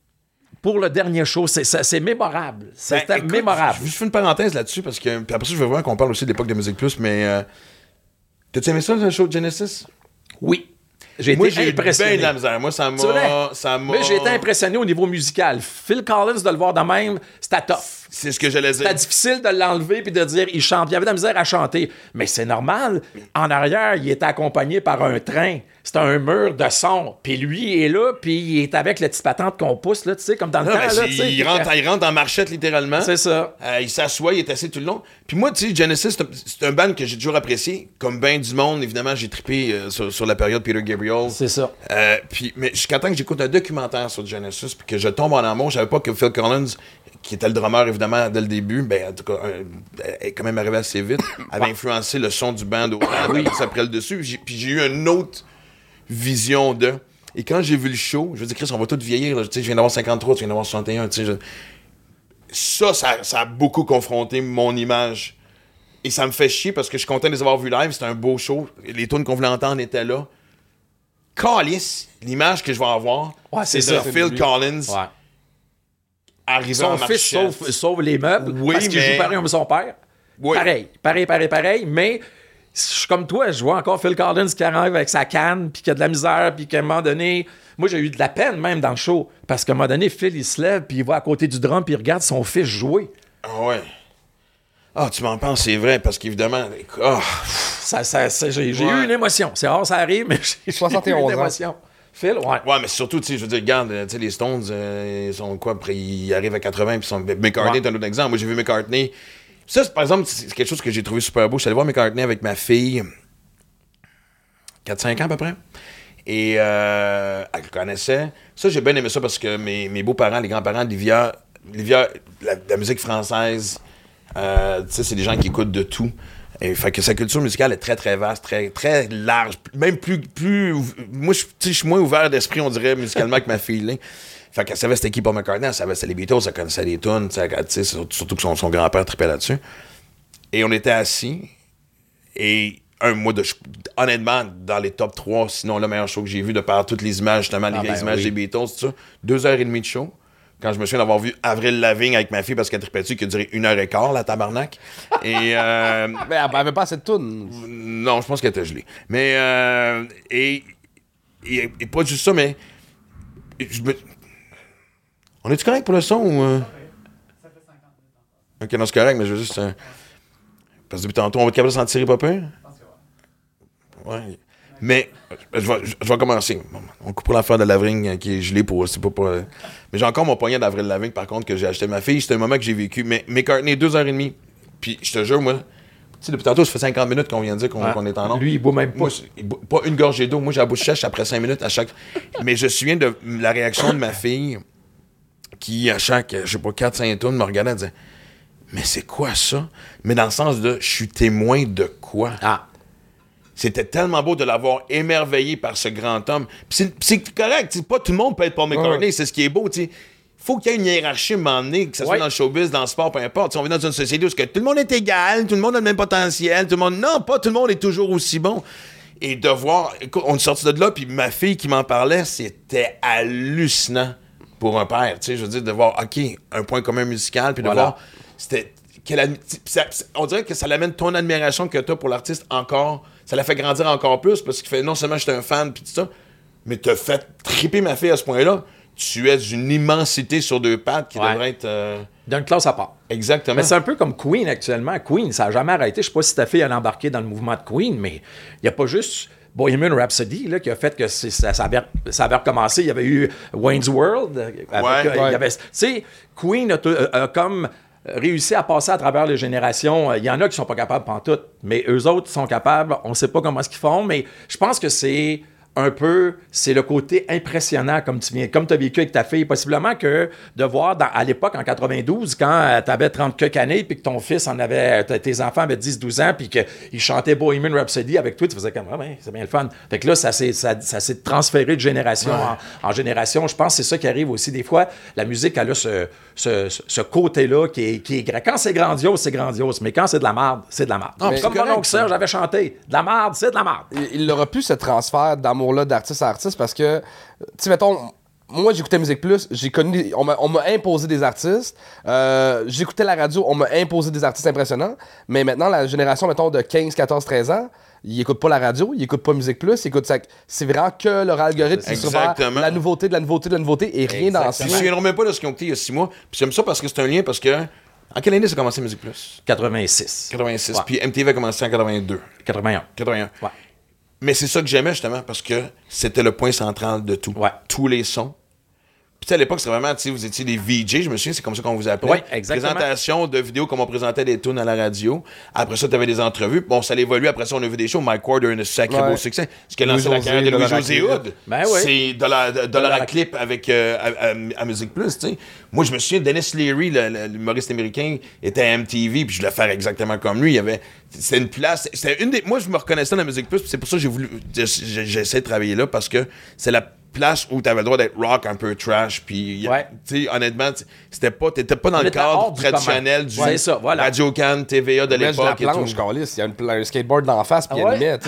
pour le dernier show. C'est mémorable. C'était Ben, écoute, mémorable. Je fais une parenthèse là-dessus parce que. Puis après ça, je veux vraiment qu'on parle aussi de l'époque de Musique Plus, mais. T'as-tu aimé ça, le show de Genesis? Oui. J'ai Moi, été j'ai impressionné. bien de la misère. Moi, C'est vrai. ça m'a. Mais j'ai été impressionné au niveau musical. Phil Collins, de le voir de même, c'était tough. C'est ce que j'allais dire. C'était difficile de l'enlever puis de dire il chante. Il y avait de la misère à chanter. Mais c'est normal. En arrière, il était accompagné par un train. C'était un mur de son. Puis lui, il est là, puis il est avec le petit patente qu'on pousse, là, tu sais, comme dans le Non, temps. mais Là, tu sais. il rentre en marchette littéralement. C'est ça. Il s'assoit, il est assis tout le long. Puis moi, tu sais, Genesis, c'est un band que j'ai toujours apprécié. Comme ben du monde, évidemment, j'ai trippé sur la période Peter Gabriel. C'est ça. Mais jusqu'à temps que j'écoute un documentaire sur Genesis, puis que je tombe en amour, je savais pas que Phil Collins, qui était le drummer évidemment dès le début, ben en tout cas, est quand même arrivé assez vite, avait influencé le son du band après le dessus. Puis j'ai eu une autre vision de. Et quand j'ai vu le show, je veux dire, Chris, on va tous vieillir. Là. Tu sais, je viens d'avoir 53, tu viens d'avoir 61. Tu sais, ça a beaucoup confronté mon image. Et ça me fait chier parce que je suis content de les avoir vus live. C'était un beau show. Les tunes qu'on voulait entendre étaient là. Calice, l'image que je vais avoir, Ouais, c'est c'est de ça. Phil Collins Ouais. arrivé en Son fils marchette. sauve les meubles Oui, parce qu'il mais- joue pareil comme son père. Oui. Pareil. Mais je suis comme toi, je vois encore Phil Collins qui arrive avec sa canne, puis qui a de la misère, puis qu'à un moment donné... Moi, j'ai eu de la peine même dans le show. Parce qu'à un moment donné, Phil, il se lève, puis il va à côté du drum, puis il regarde son fils jouer. Ah ouais. Ah, tu m'en penses, c'est vrai, parce qu'évidemment... J'ai Ouais. eu une émotion. C'est rare, ça arrive, mais j'ai eu 71 une ans. émotion. Phil, ouais. Ouais, mais surtout, tu sais, je veux dire, regarde, tu sais, les Stones, ils sont quoi, après, ils arrivent à 80, puis McCartney est un autre exemple. Moi, j'ai vu McCartney. Ça, par exemple, c'est quelque chose que j'ai trouvé super beau. Je suis allé voir McCartney avec ma fille, 4-5 ans à peu près. Et elle le connaissait. Ça, j'ai bien aimé ça parce que mes beaux-parents, les grands-parents d'Olivia, la musique française, tu sais, c'est des gens qui écoutent de tout. Et fait que sa culture musicale est très, très vaste, très, très large. Même plus moi, je suis moins ouvert d'esprit, on dirait, musicalement que ma fille. Là. Fait qu'elle savait c'était qui Paul McCartney, elle savait c'était les Beatles, elle connaissait les tunes, surtout que son grand-père trippait là-dessus. Et on était assis, et honnêtement, dans les top 3, sinon le meilleur show que j'ai vu de par toutes les images, justement, les vieilles images des Beatles, tout ça, 2h30 de show. Quand je me souviens d'avoir vu Avril Lavigne avec ma fille parce qu'elle trippait dessus, qui a duré 1h15, la tabarnak. Et Mais elle avait pas assez de tunes. non, je pense qu'elle était gelée. Mais et pas juste ça, mais on est-tu correct pour le son ou Ça fait 50 minutes. Ok, non, c'est correct, mais je veux juste parce que depuis tantôt, on va être capable de s'en tirer pas peur. Ouais. Mais je vais commencer. On coupe pour l'affaire de Lavigne qui est gelée pour. Mais j'ai encore mon poignet d'Avril Lavigne, par contre, que j'ai acheté à ma fille. C'était un moment que j'ai vécu. Mais McCartney, 2h30. Puis je te jure, moi, tu sais, depuis tantôt, ça fait 50 minutes qu'on vient de dire qu'on est en nombre. Lui, il boit même pas. Moi, pas une gorgée d'eau. Moi, j'ai la bouche sèche après 5 minutes à chaque. Mais je me souviens de la réaction de ma fille qui, à chaque, je sais pas, 4-5 tours, me regardait et disait mais c'est quoi ça? Mais dans le sens de je suis témoin de quoi? Ah. C'était tellement beau de l'avoir émerveillé par ce grand homme. Puis c'est correct, pas tout le monde peut être Paul McCartney, c'est ce qui est beau, tu sais. Faut qu'il y ait une hiérarchie à un moment donné, que ce soit dans le showbiz, dans le sport, peu importe. T'sais, on vit dans une société où tout le monde est égal, tout le monde a le même potentiel, tout le monde... Non, pas tout le monde est toujours aussi bon. Et de voir... Écoute, on est sorti de là, puis ma fille qui m'en parlait, c'était hallucinant pour un père, tu sais, je veux dire, de voir, OK, un point commun musical, puis de voir... C'était... on dirait que ça l'amène ton admiration que t'as pour l'artiste encore... Ça l'a fait grandir encore plus parce qu'il fait non seulement j'étais un fan puis tout ça, mais t'as fait triper ma fille à ce point-là. Tu es d'une immensité sur deux pattes qui devrait être... D'une classe à part. Exactement. Mais c'est un peu comme Queen actuellement. Queen, ça n'a jamais arrêté. Je sais pas si ta fille a embarqué dans le mouvement de Queen, mais il n'y a pas juste Bohemian Rhapsody là, qui a fait que ça avait recommencé. Il y avait eu Wayne's World. Tu sais, Queen a comme... réussi à passer à travers les générations. Il y en a qui sont pas capables pantoute, mais eux autres sont capables. On sait pas comment est-ce qu'ils font, mais je pense que c'est le côté impressionnant comme tu as vécu avec ta fille. Possiblement que de voir à l'époque, en 92, quand tu avais 30 quelques années, puis que ton fils tes enfants avaient 10-12 ans, puis qu'ils chantaient Bohemian Rhapsody avec toi, tu faisais comme, c'est bien le fun. Fait que là, ça s'est transféré de génération en génération. Je pense que c'est ça qui arrive aussi. Des fois, la musique, elle a ce côté-là qui est grand. Quand c'est grandiose. Mais quand c'est de la merde, c'est de la merde. Comme mon oncle Serge, j'avais chanté, de la merde, c'est de la merde. Il n'aura plus ce transfert d'amour-là d'artiste à artiste parce que, tu sais, mettons, moi j'écoutais Musique Plus, on m'a imposé des artistes, j'écoutais la radio, on m'a imposé des artistes impressionnants, mais maintenant la génération, mettons, de 15, 14, 13 ans, ils écoutent pas la radio, ils écoutent pas Musique Plus, ils écoutent ça. C'est vraiment que leur algorithme qui se vers la nouveauté et rien dans ça. Je me souviens même pas de ce qu'ils ont écouté il y a 6 mois. Puis j'aime ça parce que c'est un lien parce que. En quelle année ça a commencé Musique Plus? 86. 86. Ouais. Puis MTV a commencé en 82. 81. Ouais. Mais c'est ça que j'aimais justement parce que c'était le point central de tout. Ouais. Tous les sons. Puis à l'époque, c'était vraiment, tu sais, vous étiez des VJ, je me souviens, c'est comme ça qu'on vous appelait. Oui, exactement. Présentation de vidéos comme on présentait des tunes à la radio. Après ça, tu avais des entrevues. Bon, ça évolué. Après ça, on a vu des shows. Mike Ward a eu un sacré beau succès. Ce qui a lancé la carrière de Louis-José Hood. Ben oui. C'est Dollar à clip avec à Musique Plus, tu sais. Moi, je me souviens, Dennis Leary, l'humoriste américain, était à MTV, puis je voulais faire exactement comme lui. C'était une place. Moi, je me reconnaissais dans la Musique Plus, puis c'est pour ça que j'ai essayé de travailler là, parce que c'est la place où t'avais le droit d'être rock un peu trash, puis tu sais, honnêtement, t'étais pas dans le cadre traditionnel du Radio-Can, TVA de l'époque et tout. Il y a un skateboard d'en face, puis il y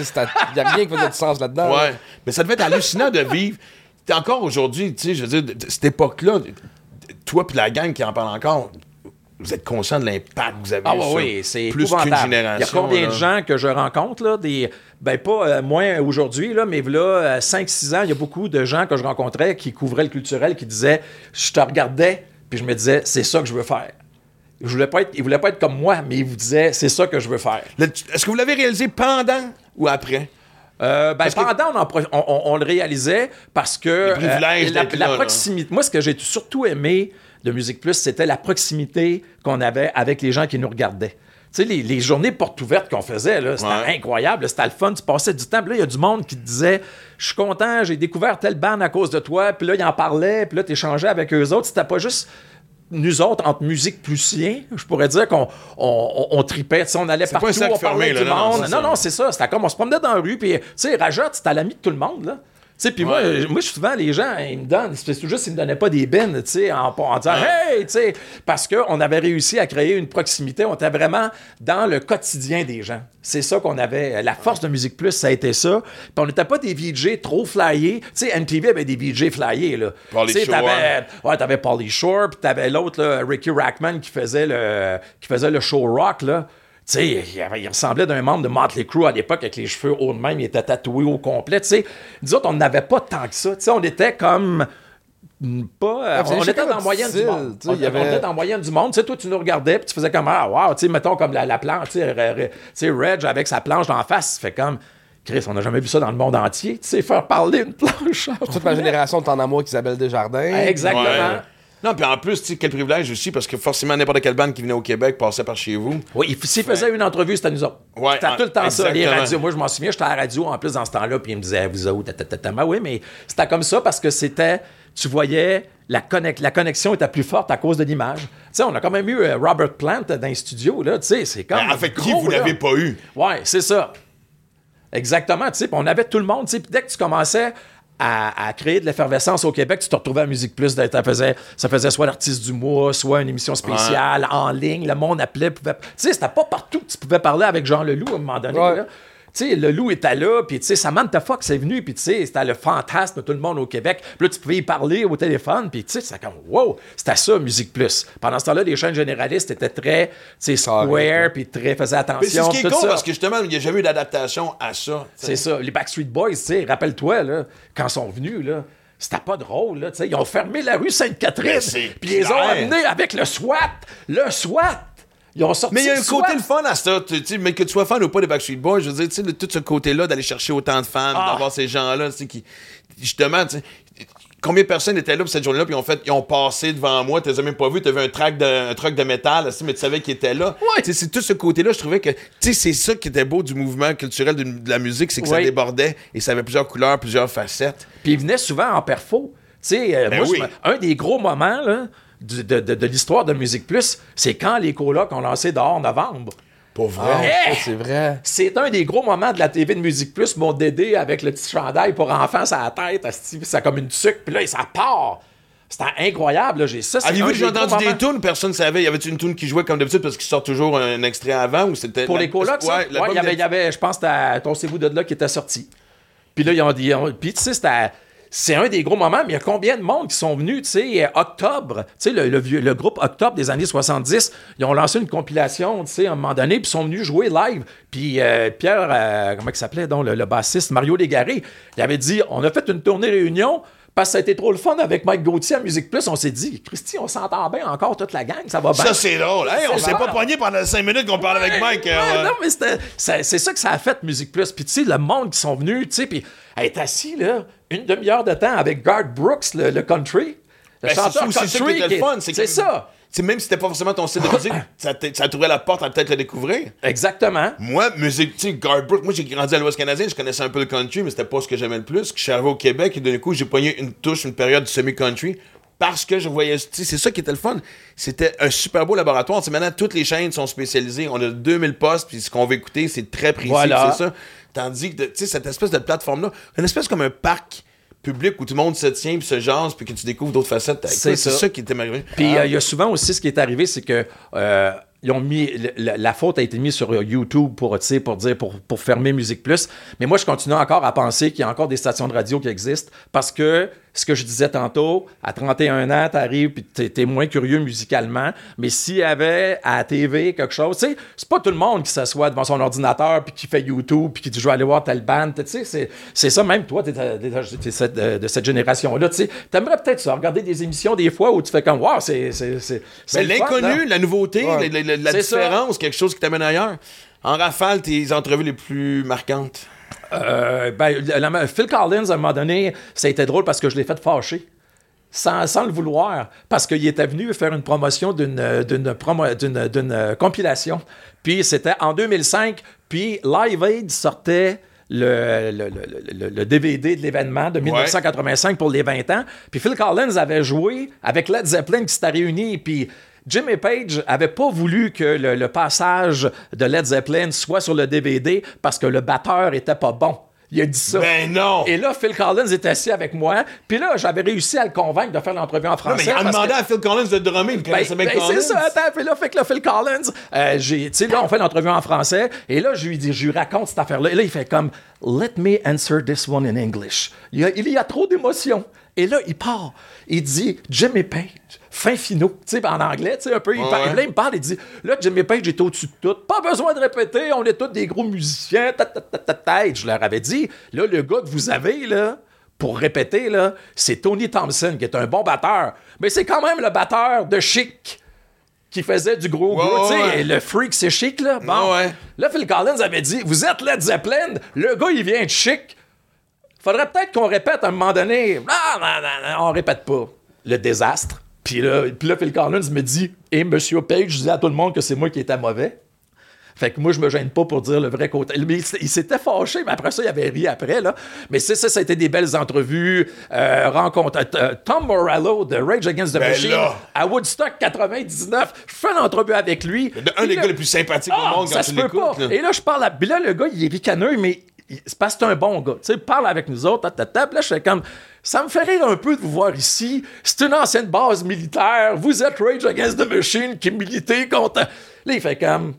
a rien qui faisait du sens là-dedans. Ouais, mais ça devait être hallucinant de vivre. Encore aujourd'hui, tu sais, je veux dire, cette époque-là, toi puis la gang qui en parle encore, vous êtes conscient de l'impact que vous avez oui, c'est plus qu'une génération. Il y a combien de gens que je rencontre, là, pas moins aujourd'hui, là, mais là, 5-6 ans, il y a beaucoup de gens que je rencontrais qui couvraient le culturel, qui disaient, je te regardais, puis je me disais, c'est ça que je veux faire. Ils voulaient pas être comme moi, mais ils vous disaient, c'est ça que je veux faire. Est-ce que vous l'avez réalisé pendant ou après? Pendant, on le réalisait parce que la proximité. Moi, ce que j'ai surtout aimé de Musique Plus, c'était la proximité qu'on avait avec les gens qui nous regardaient. Tu sais, les journées portes ouvertes qu'on faisait, là, c'était incroyable. C'était le fun. Tu passais du temps. Puis là, il y a du monde qui te disait, je suis content, j'ai découvert telle bande à cause de toi. Puis là, ils en parlaient. Puis là, tu échangeais avec eux autres. C'était pas juste nous autres, entre musique plusiens, je pourrais dire qu'on tripait, on allait partout, on parlait du monde. Non, c'est ça. C'était comme, on se promenait dans la rue, puis, tu sais, Rajat, c'était l'ami de tout le monde, là. sais, puis moi, souvent, les gens, ils me donnent, c'est juste qu'ils me donnaient pas des bins, tu sais, en disant « Hey! » tu sais, parce qu'on avait réussi à créer une proximité, on était vraiment dans le quotidien des gens. C'est ça qu'on avait. La force de Musique Plus, ça a été ça. Puis on n'était pas des VJ trop flyés. Tu sais, MTV avait des VJ flyés, là. Pauly Shore. T'avais Pauly Shore, puis t'avais l'autre, là, Ricky Rackman, qui faisait le show rock, là. Tu sais, il ressemblait d'un membre de Motley Crue à l'époque avec les cheveux hauts de même, il était tatoué au complet. Tu sais, nous autres, on n'avait pas tant que ça. Tu sais, on était comme pas. On était dans la moyenne du monde. On était dans la moyenne du monde. Tu sais, toi, tu nous regardais, puis tu faisais comme wow, tu sais, mettons comme la planche, tu sais, Reg avec sa planche d'en face, fait comme. Chris, on n'a jamais vu ça dans le monde entier. Tu sais, faire parler une planche. Toute ma génération de temps d'amour avec Isabelle Desjardins. Exactement. Ouais. Non, puis en plus, tu sais, quel privilège aussi, parce que forcément, n'importe quelle bande qui venait au Québec passait par chez vous. Oui, s'il faisait une entrevue, c'était nous autres. Ouais, c'était tout le temps ça, les exactement. radios. Moi, je m'en souviens, j'étais à la radio en plus dans ce temps-là, puis ils me disaient, vous autres, oui, mais c'était comme ça parce que c'était, tu voyais, la connexion était plus forte à cause de l'image. Tu sais, on a quand même eu Robert Plant dans les studios, là, tu sais, c'est comme. En fait, qui vous n'avez pas eu? Ouais, c'est ça. Exactement, tu sais, puis on avait tout le monde, tu sais, puis dès que tu commençais à créer de l'effervescence au Québec, tu te retrouvais à Musique Plus, ça faisait soit l'artiste du mois, soit une émission spéciale en ligne, le monde appelait, tu sais, c'était pas partout que tu pouvais parler avec Jean Leloup à un moment donné, là. Tu sais, Leloup était là, puis tu sais, Samantha Fox est venue, puis tu sais, c'était le fantasme de tout le monde au Québec. Puis là, tu pouvais y parler au téléphone, puis tu sais, c'était comme, wow, c'était ça, Musique Plus. Pendant ce temps-là, les chaînes généralistes étaient très, tu sais, square, puis très faisaient attention. Mais c'est ce qui est tout con, ça. parce que justement, il n'y a jamais eu d'adaptation à ça. C'est ça. Les Backstreet Boys, tu sais, rappelle-toi, là, quand ils sont venus, là, c'était pas drôle, là, tu sais, ils ont fermé la rue Sainte-Catherine, puis ils les ont amenés avec le SWAT. Le SWAT! Ils ont sorti. Mais il y a un côté le fun à ça, mais que tu sois fan ou pas des Backstreet Boys, je veux dire, tu sais, tout ce côté-là d'aller chercher autant de fans, d'avoir ces gens-là, tu sais, qui, justement, tu sais, combien de personnes étaient là pour cette journée-là, puis ils ont passé devant moi, tu les as même pas vus, tu avais un truck de métal, mais tu savais qu'ils étaient là. Ouais. Tu sais, c'est tout ce côté-là, je trouvais que, tu sais, c'est ça qui était beau du mouvement culturel de la musique, c'est que ça débordait et ça avait plusieurs couleurs, plusieurs facettes. Puis ils venaient souvent en perfo. Tu sais, moi, oui. un des gros moments, là, de l'histoire de Musique Plus, c'est quand les colocs ont lancé Dehors Novembre. Pour vrai. C'est vrai. C'est un des gros moments de la TV de Musique Plus, mon Dédé avec le petit chandail pour enfants à la tête, c'est comme une tuque, puis là, ça part. C'était incroyable, là. Avez-vous déjà entendu des tunes? Personne ne savait. Y avait-tu une tune qui jouait comme d'habitude parce qu'il sort toujours un extrait avant ou c'était. Pour les colocs, ça? Ouais, il y avait, je pense, Tossez-vous de là qui était sorti. Puis là, ils ont dit. Puis tu sais, c'est un des gros moments, mais il y a combien de monde qui sont venus, tu sais, Octobre, tu sais, le groupe Octobre des années 70, ils ont lancé une compilation, tu sais, à un moment donné, puis ils sont venus jouer live. Puis Pierre, comment il s'appelait, donc, le bassiste, Mario Légaré, il avait dit, on a fait une tournée réunion, parce que ça a été trop le fun avec Mike Gauthier à Musique Plus. On s'est dit, Christy, on s'entend bien encore, toute la gang, ça va bien. Ça, c'est drôle. Hey, on s'est pas pogné pendant 5 minutes qu'on parle avec Mike. Non, mais c'est ça que ça a fait, Musique Plus. Puis, tu sais, le monde qui sont venus, tu sais, puis elle est assis, là, une demi-heure de temps avec Garth Brooks, le country. Le chanteur country. C'est ça qui était le fun. C'est ça. T'sais, même si c'était pas forcément ton style de musique, ça t'ouvrait la porte à peut-être le découvrir. Exactement. Moi, musique, tu sais, Garth Brooks, moi j'ai grandi à l'Ouest canadien, je connaissais un peu le country, mais c'était pas ce que j'aimais le plus. Je suis arrivé au Québec et d'un coup, j'ai pogné une période semi-country parce que je voyais, tu sais, c'est ça qui était le fun. C'était un super beau laboratoire. T'sais, maintenant, toutes les chaînes sont spécialisées. On a 2000 postes, puis ce qu'on va écouter, c'est très précis, voilà. c'est ça. Tandis que, tu sais, cette espèce de plateforme-là, une espèce comme un parc public où tout le monde se tient puis se jase puis que tu découvres d'autres facettes. C'est ça qui était merveilleux. Puis il y a souvent aussi ce qui est arrivé, c'est que ils ont mis la faute a été mise sur YouTube pour fermer Musique Plus. Mais moi, je continue encore à penser qu'il y a encore des stations de radio qui existent parce que ce que je disais tantôt, à 31 ans, t'arrives puis t'es moins curieux musicalement. Mais s'il y avait à la TV quelque chose, tu sais, c'est pas tout le monde qui s'assoit devant son ordinateur puis qui fait YouTube puis qui dit je vais aller voir telle bande. Tu sais, c'est ça même toi, t'es de cette génération-là. Tu sais, t'aimerais peut-être ça, regarder des émissions des fois où tu fais comme wow, c'est l'inconnu, fun, la nouveauté, ouais. la différence, quelque chose qui t'amène ailleurs. En rafale, tes entrevues les plus marquantes. Phil Collins, à un moment donné, ça a été drôle parce que je l'ai fait fâcher. Sans le vouloir. Parce qu'il était venu faire une promotion d'une compilation. Puis c'était en 2005. Puis Live Aid sortait le DVD de l'événement de 1985 pour les 20 ans. Puis Phil Collins avait joué avec Led Zeppelin qui s'était réuni. Puis Jimmy Page avait pas voulu que le passage de Led Zeppelin soit sur le DVD parce que le batteur était pas bon. Il a dit ça. Ben non! Et là, Phil Collins était assis avec moi. Puis là, j'avais réussi à le convaincre de faire l'entrevue en Non, français. mais il a parce demandé que- à Phil Collins de drummer, il connaissait bien Collins. c'est ça, attends, puis là, fait que là, Phil Collins, tu sais, là, on fait l'entrevue en français, et là, je lui raconte cette affaire-là, et là, il fait comme, let me answer this one in English. Il y a trop d'émotions. Et là, il part. Il dit, Jimmy Page, fin finaux. Tu sais, en anglais, tu sais, un peu. Là, il me parle, il dit, là, Jimmy Page est au-dessus de tout. Pas besoin de répéter, on est tous des gros musiciens. Et je leur avais dit, là, le gars que vous avez, là, pour répéter, là, c'est Tony Thompson, qui est un bon batteur. Mais c'est quand même le batteur de Chic qui faisait du gros gros, tu sais, le freak, c'est Chic, là. Bon. Là, Phil Collins avait dit, vous êtes Led Zeppelin, le gars, il vient de Chic. Faudrait peut-être qu'on répète à un moment donné. Non, on répète pas. Le désastre. Puis là, Phil Collins me dit, et Monsieur Page, je disais à tout le monde que c'est moi qui étais mauvais. Fait que moi, je me gêne pas pour dire le vrai côté. Mais il s'était fâché, mais après ça, il avait ri après, là. Mais ça a été des belles entrevues, rencontres. Tom Morello de Rage Against the Machine, là. à Woodstock 99, je fais l'entrevue avec lui. Un des gars les plus sympathiques au monde quand ça tu se peut l'écoutes. pas. Là. Et là, je parle à... Puis là, le gars, il est ricaneux, mais c'est parce que c'est un bon gars. Tu sais, il parle avec nous autres, Puis là, je fais comme... Ça me fait rire un peu de vous voir ici. C'est une ancienne base militaire. Vous êtes Rage Against the Machine qui militait contre... Là, il fait comme...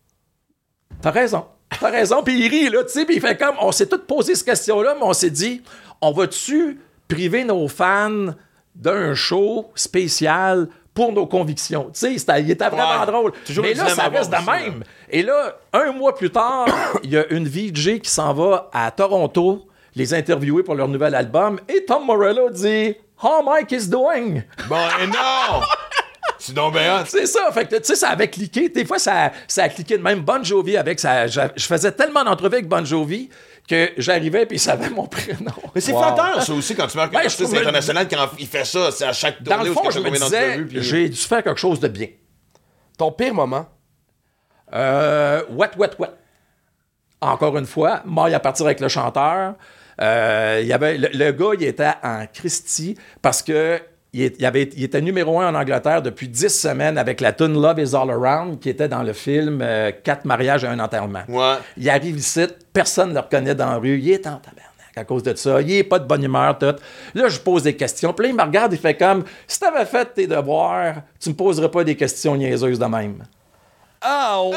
T'as raison. Puis il rit, là, tu sais, puis il fait comme... On s'est tous posé cette question-là, mais on s'est dit, on va-tu priver nos fans d'un show spécial pour nos convictions? Tu sais, il était vraiment drôle. Toujours Mais là, ça reste de même. Et là, un mois plus tard, il y a une VJ qui s'en va à Toronto les interviewer pour leur nouvel album, et Tom Morello dit « How Mike is doing? » Bon, et non! C'est donc bien. C'est ça, fait que tu sais, ça avait cliqué. Des fois, ça a cliqué de même. Bon Jovi avec ça. Je faisais tellement d'entrevues avec Bon Jovi que j'arrivais puis il savait mon prénom. Mais c'est flatteur, ça aussi, quand tu marques un artiste trouve international, quand il fait ça, c'est à chaque Dans tournée le où fond, il y a je me combien disais, d'entrevues, puis- j'ai dû faire quelque chose de bien. Ton pire moment? Wet. Encore une fois, maille à partir avec le chanteur. Il y avait le gars, il était en Christie parce que il était numéro 1 en Angleterre depuis 10 semaines avec la tune Love is All Around qui était dans le film 4 mariages et un enterrement. Ouais. Il arrive ici, personne ne le reconnaît dans la rue, il est en tabarnak à cause de ça, il est pas de bonne humeur, tout. Là, je pose des questions, puis là, il me regarde, il fait comme, si t'avais fait tes devoirs, tu me poserais pas des questions niaiseuses de même. Oh!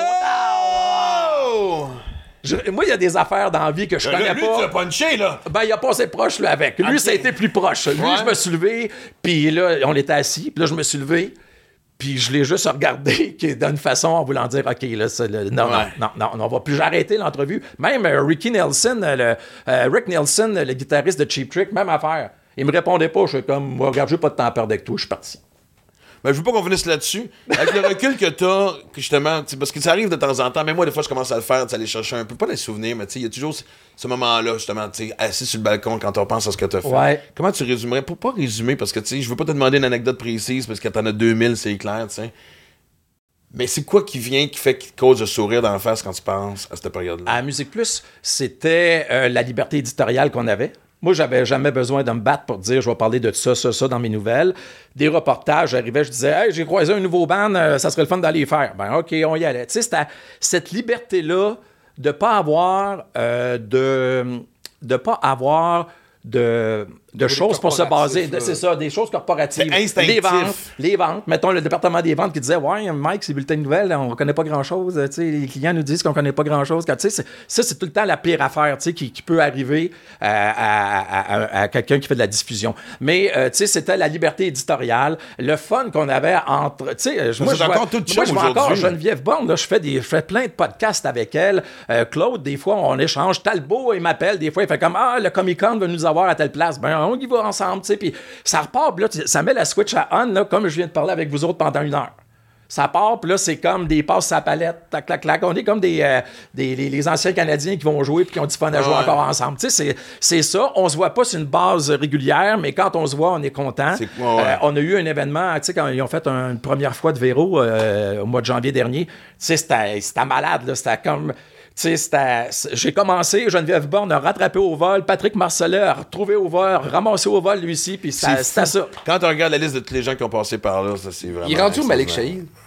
Moi, il y a des affaires dans la vie que je connais Lui, pas. tu l'as punché, là. Ben, il a passé proche, lui, avec. Lui, Ok. ça a été plus proche. Lui, Ouais. je me suis levé, puis là, on était assis, puis là, je me suis levé, puis je l'ai juste regardé d'une façon en voulant dire, OK, là, non, on va plus. J'ai arrêté l'entrevue. Même Rick Nelson, le guitariste de Cheap Trick, même affaire. Il me répondait pas. Je suis comme, moi, regarde, j'ai pas de temps à perdre avec toi, je suis parti. Ben, je veux pas qu'on finisse là-dessus. Avec le recul que t'as, que justement, parce que ça arrive de temps en temps, même moi, des fois, je commence à le faire, aller chercher un peu, pas des souvenirs, mais tu sais, il y a toujours ce moment-là, justement, tu sais, assis sur le balcon quand on pense à ce que t'as fait. Ouais. Comment tu résumerais? Pour pas résumer, parce que, tu sais, je veux pas te demander une anecdote précise, parce que t'en as 2000, c'est clair, tu sais. Mais c'est quoi qui fait qui te cause le sourire dans la face quand tu penses à cette période-là? À Musique Plus, c'était la liberté éditoriale qu'on avait. Moi, j'avais jamais besoin de me battre pour dire je vais parler de ça dans mes nouvelles. Des reportages, j'arrivais, je disais hey, j'ai croisé un nouveau band, ça serait le fun d'aller y faire. Ben OK, on y allait. Tu sais, c'était cette liberté-là de pas avoir de choses pour se baser. C'est ça, des choses corporatives. C'est instinctif. Les ventes. Mettons le département des ventes qui disait ouais, Mike, c'est bulletin de nouvelles, on ne connaît pas grand-chose. Tu sais, les clients nous disent qu'on ne connaît pas grand-chose. Tu sais, ça, c'est tout le temps la pire affaire tu sais, qui peut arriver à quelqu'un qui fait de la diffusion. Mais tu sais, c'était la liberté éditoriale, le fun qu'on avait entre. Tu sais, moi, je vois encore Geneviève Borne, là, je fais plein de podcasts avec elle. Claude, des fois, on échange. Talbot, il m'appelle, des fois, il fait comme ah, le Comic-Con va nous avoir à telle place. Ben, on y va ensemble, tu sais. Puis ça repart, puis là, ça met la switch à on, là, comme je viens de parler avec vous autres pendant 1 heure. Ça part, puis là, c'est comme des passes à la palette, tac, clac, clac. On est comme les anciens Canadiens qui vont jouer puis qui ont du fun à jouer encore ensemble. Tu sais, c'est ça. On se voit pas sur une base régulière, mais quand on se voit, on est content. On a eu un événement, tu sais, quand ils ont fait une première fois de Véro au mois de janvier dernier. Tu sais, c'était malade, là. C'était comme... Tu sais, j'ai commencé, Geneviève Borne a rattrapé au vol, Patrick Marcellet a retrouvé au vol, ramassé au vol lui aussi, puis c'était ça. Quand tu regardes la liste de tous les gens qui ont passé par là, ça c'est vraiment. Il est rendu où Malik Shahid?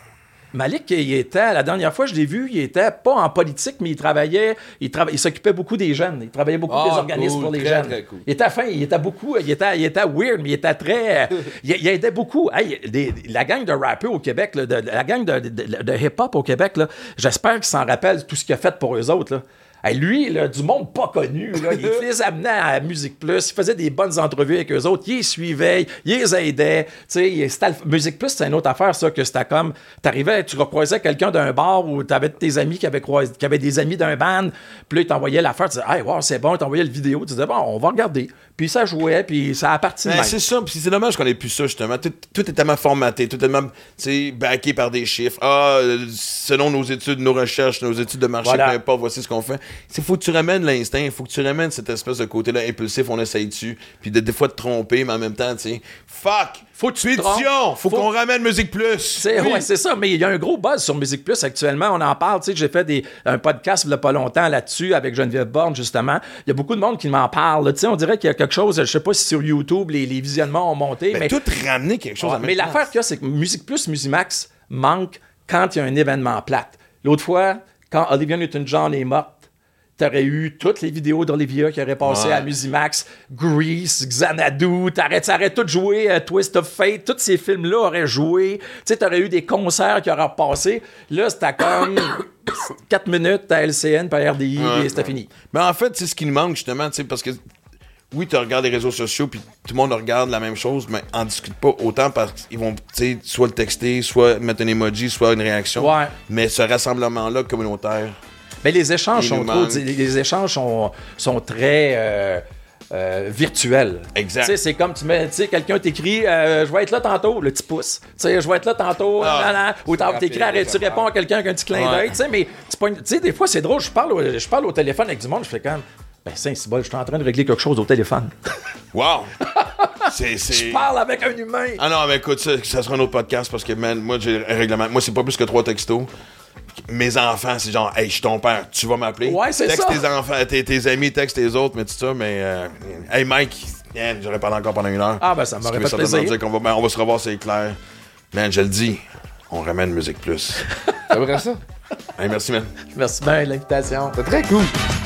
Malik, la dernière fois, je l'ai vu, il était pas en politique, mais il s'occupait beaucoup des jeunes. Il travaillait beaucoup des organismes pour les jeunes. Très cool. Il était fin, il était weird, mais il était très. il aidait beaucoup. Hey, la gang de rappeurs au Québec, là, la gang de hip-hop au Québec, là, j'espère qu'ils s'en rappellent tout ce qu'il a fait pour eux autres. Là. Hey, lui, là, du monde pas connu, là, il les amenait à Musique Plus, il faisait des bonnes entrevues avec eux autres, il les suivait, il les aidait. Musique Plus, c'est une autre affaire, ça, que c'était comme, t'arrivais, tu recroisais quelqu'un d'un bar ou t'avais tes amis qui avaient des amis d'un band, puis là, ils t'envoyaient l'affaire, tu disais, hey, wow, c'est bon, ils t'envoyaient le vidéo, tu disais, bon, on va regarder. Puis ça jouait, puis ça a parti de même. C'est ça, puis c'est dommage qu'on ait plus ça, justement. Tout est tellement formaté, tout est tellement, backé par des chiffres. Selon nos études, nos recherches, nos études de marché, peu importe, voici ce qu'on fait. Il faut que tu ramènes l'instinct, il faut que tu ramènes cette espèce de côté-là impulsif, on essaye dessus, puis des fois de tromper, mais en même temps, tu sais, fuck! Faut que tu pétition! Faut qu'on ramène Musique Plus! Ouais, c'est ça, mais il y a un gros buzz sur Musique Plus actuellement, on en parle, tu sais, j'ai fait un podcast il y a pas longtemps là-dessus avec Geneviève Borne, justement. Il y a beaucoup de monde qui m'en parle, tu sais, on dirait qu'il y a quelque chose, je sais pas si sur YouTube, les visionnements ont monté, mais... tout ramener quelque chose à mais l'affaire qu'il y a, c'est que Musique Plus, Musimax manque quand il y a un événement plate. L'autre fois, quand Olivia Newton-John est morte, t'aurais eu toutes les vidéos d'Olivia qui auraient passé à Musimax, Grease, Xanadu, t'aurais tout joué, Twist of Fate, tous ces films-là auraient joué. Tu sais, t'aurais eu des concerts qui auraient passé. Là, c'était comme 4 minutes à LCN par RDI et c'était fini. Mais en fait, c'est ce qui nous manque, justement, tu sais, parce que oui, tu regardes les réseaux sociaux, puis tout le monde regarde la même chose, mais en discute pas autant parce qu'ils vont, tu sais, soit le texter, soit mettre un emoji, soit une réaction. Ouais. Mais ce rassemblement-là communautaire... Mais les échanges sont très virtuels. Exact. Tu sais, c'est comme quelqu'un t'écrit je vais être là tantôt, le petit pouce. Tu sais, je vais être là tantôt, ou t'écris, tu réponds à quelqu'un avec un petit clin d'œil, tu sais, mais tu sais, des fois c'est drôle, je parle au téléphone avec du monde, je fais quand même Saint-Cybole, je suis en train de régler quelque chose au téléphone. Wow! Je parle avec un humain. Ah non, mais écoute, ça sera un autre podcast parce que, man, moi, j'ai un règlement. Moi, c'est pas plus que 3 textos. Mes enfants, c'est genre, hey, je suis ton père, tu vas m'appeler. Ouais, c'est texte ça. Tes enfants, tes amis, texte tes autres, mais tout ça, mais. Hey, Mike, man, j'aurais parlé encore pendant 1 heure. Ah, ben, ça m'aurait fait plaisir. Dire qu'on va, on va se revoir, c'est clair. Man, je le dis, on ramène Musique Plus. T'aimerais ça? Hey, merci, man. Merci bien de l'invitation. C'est très cool.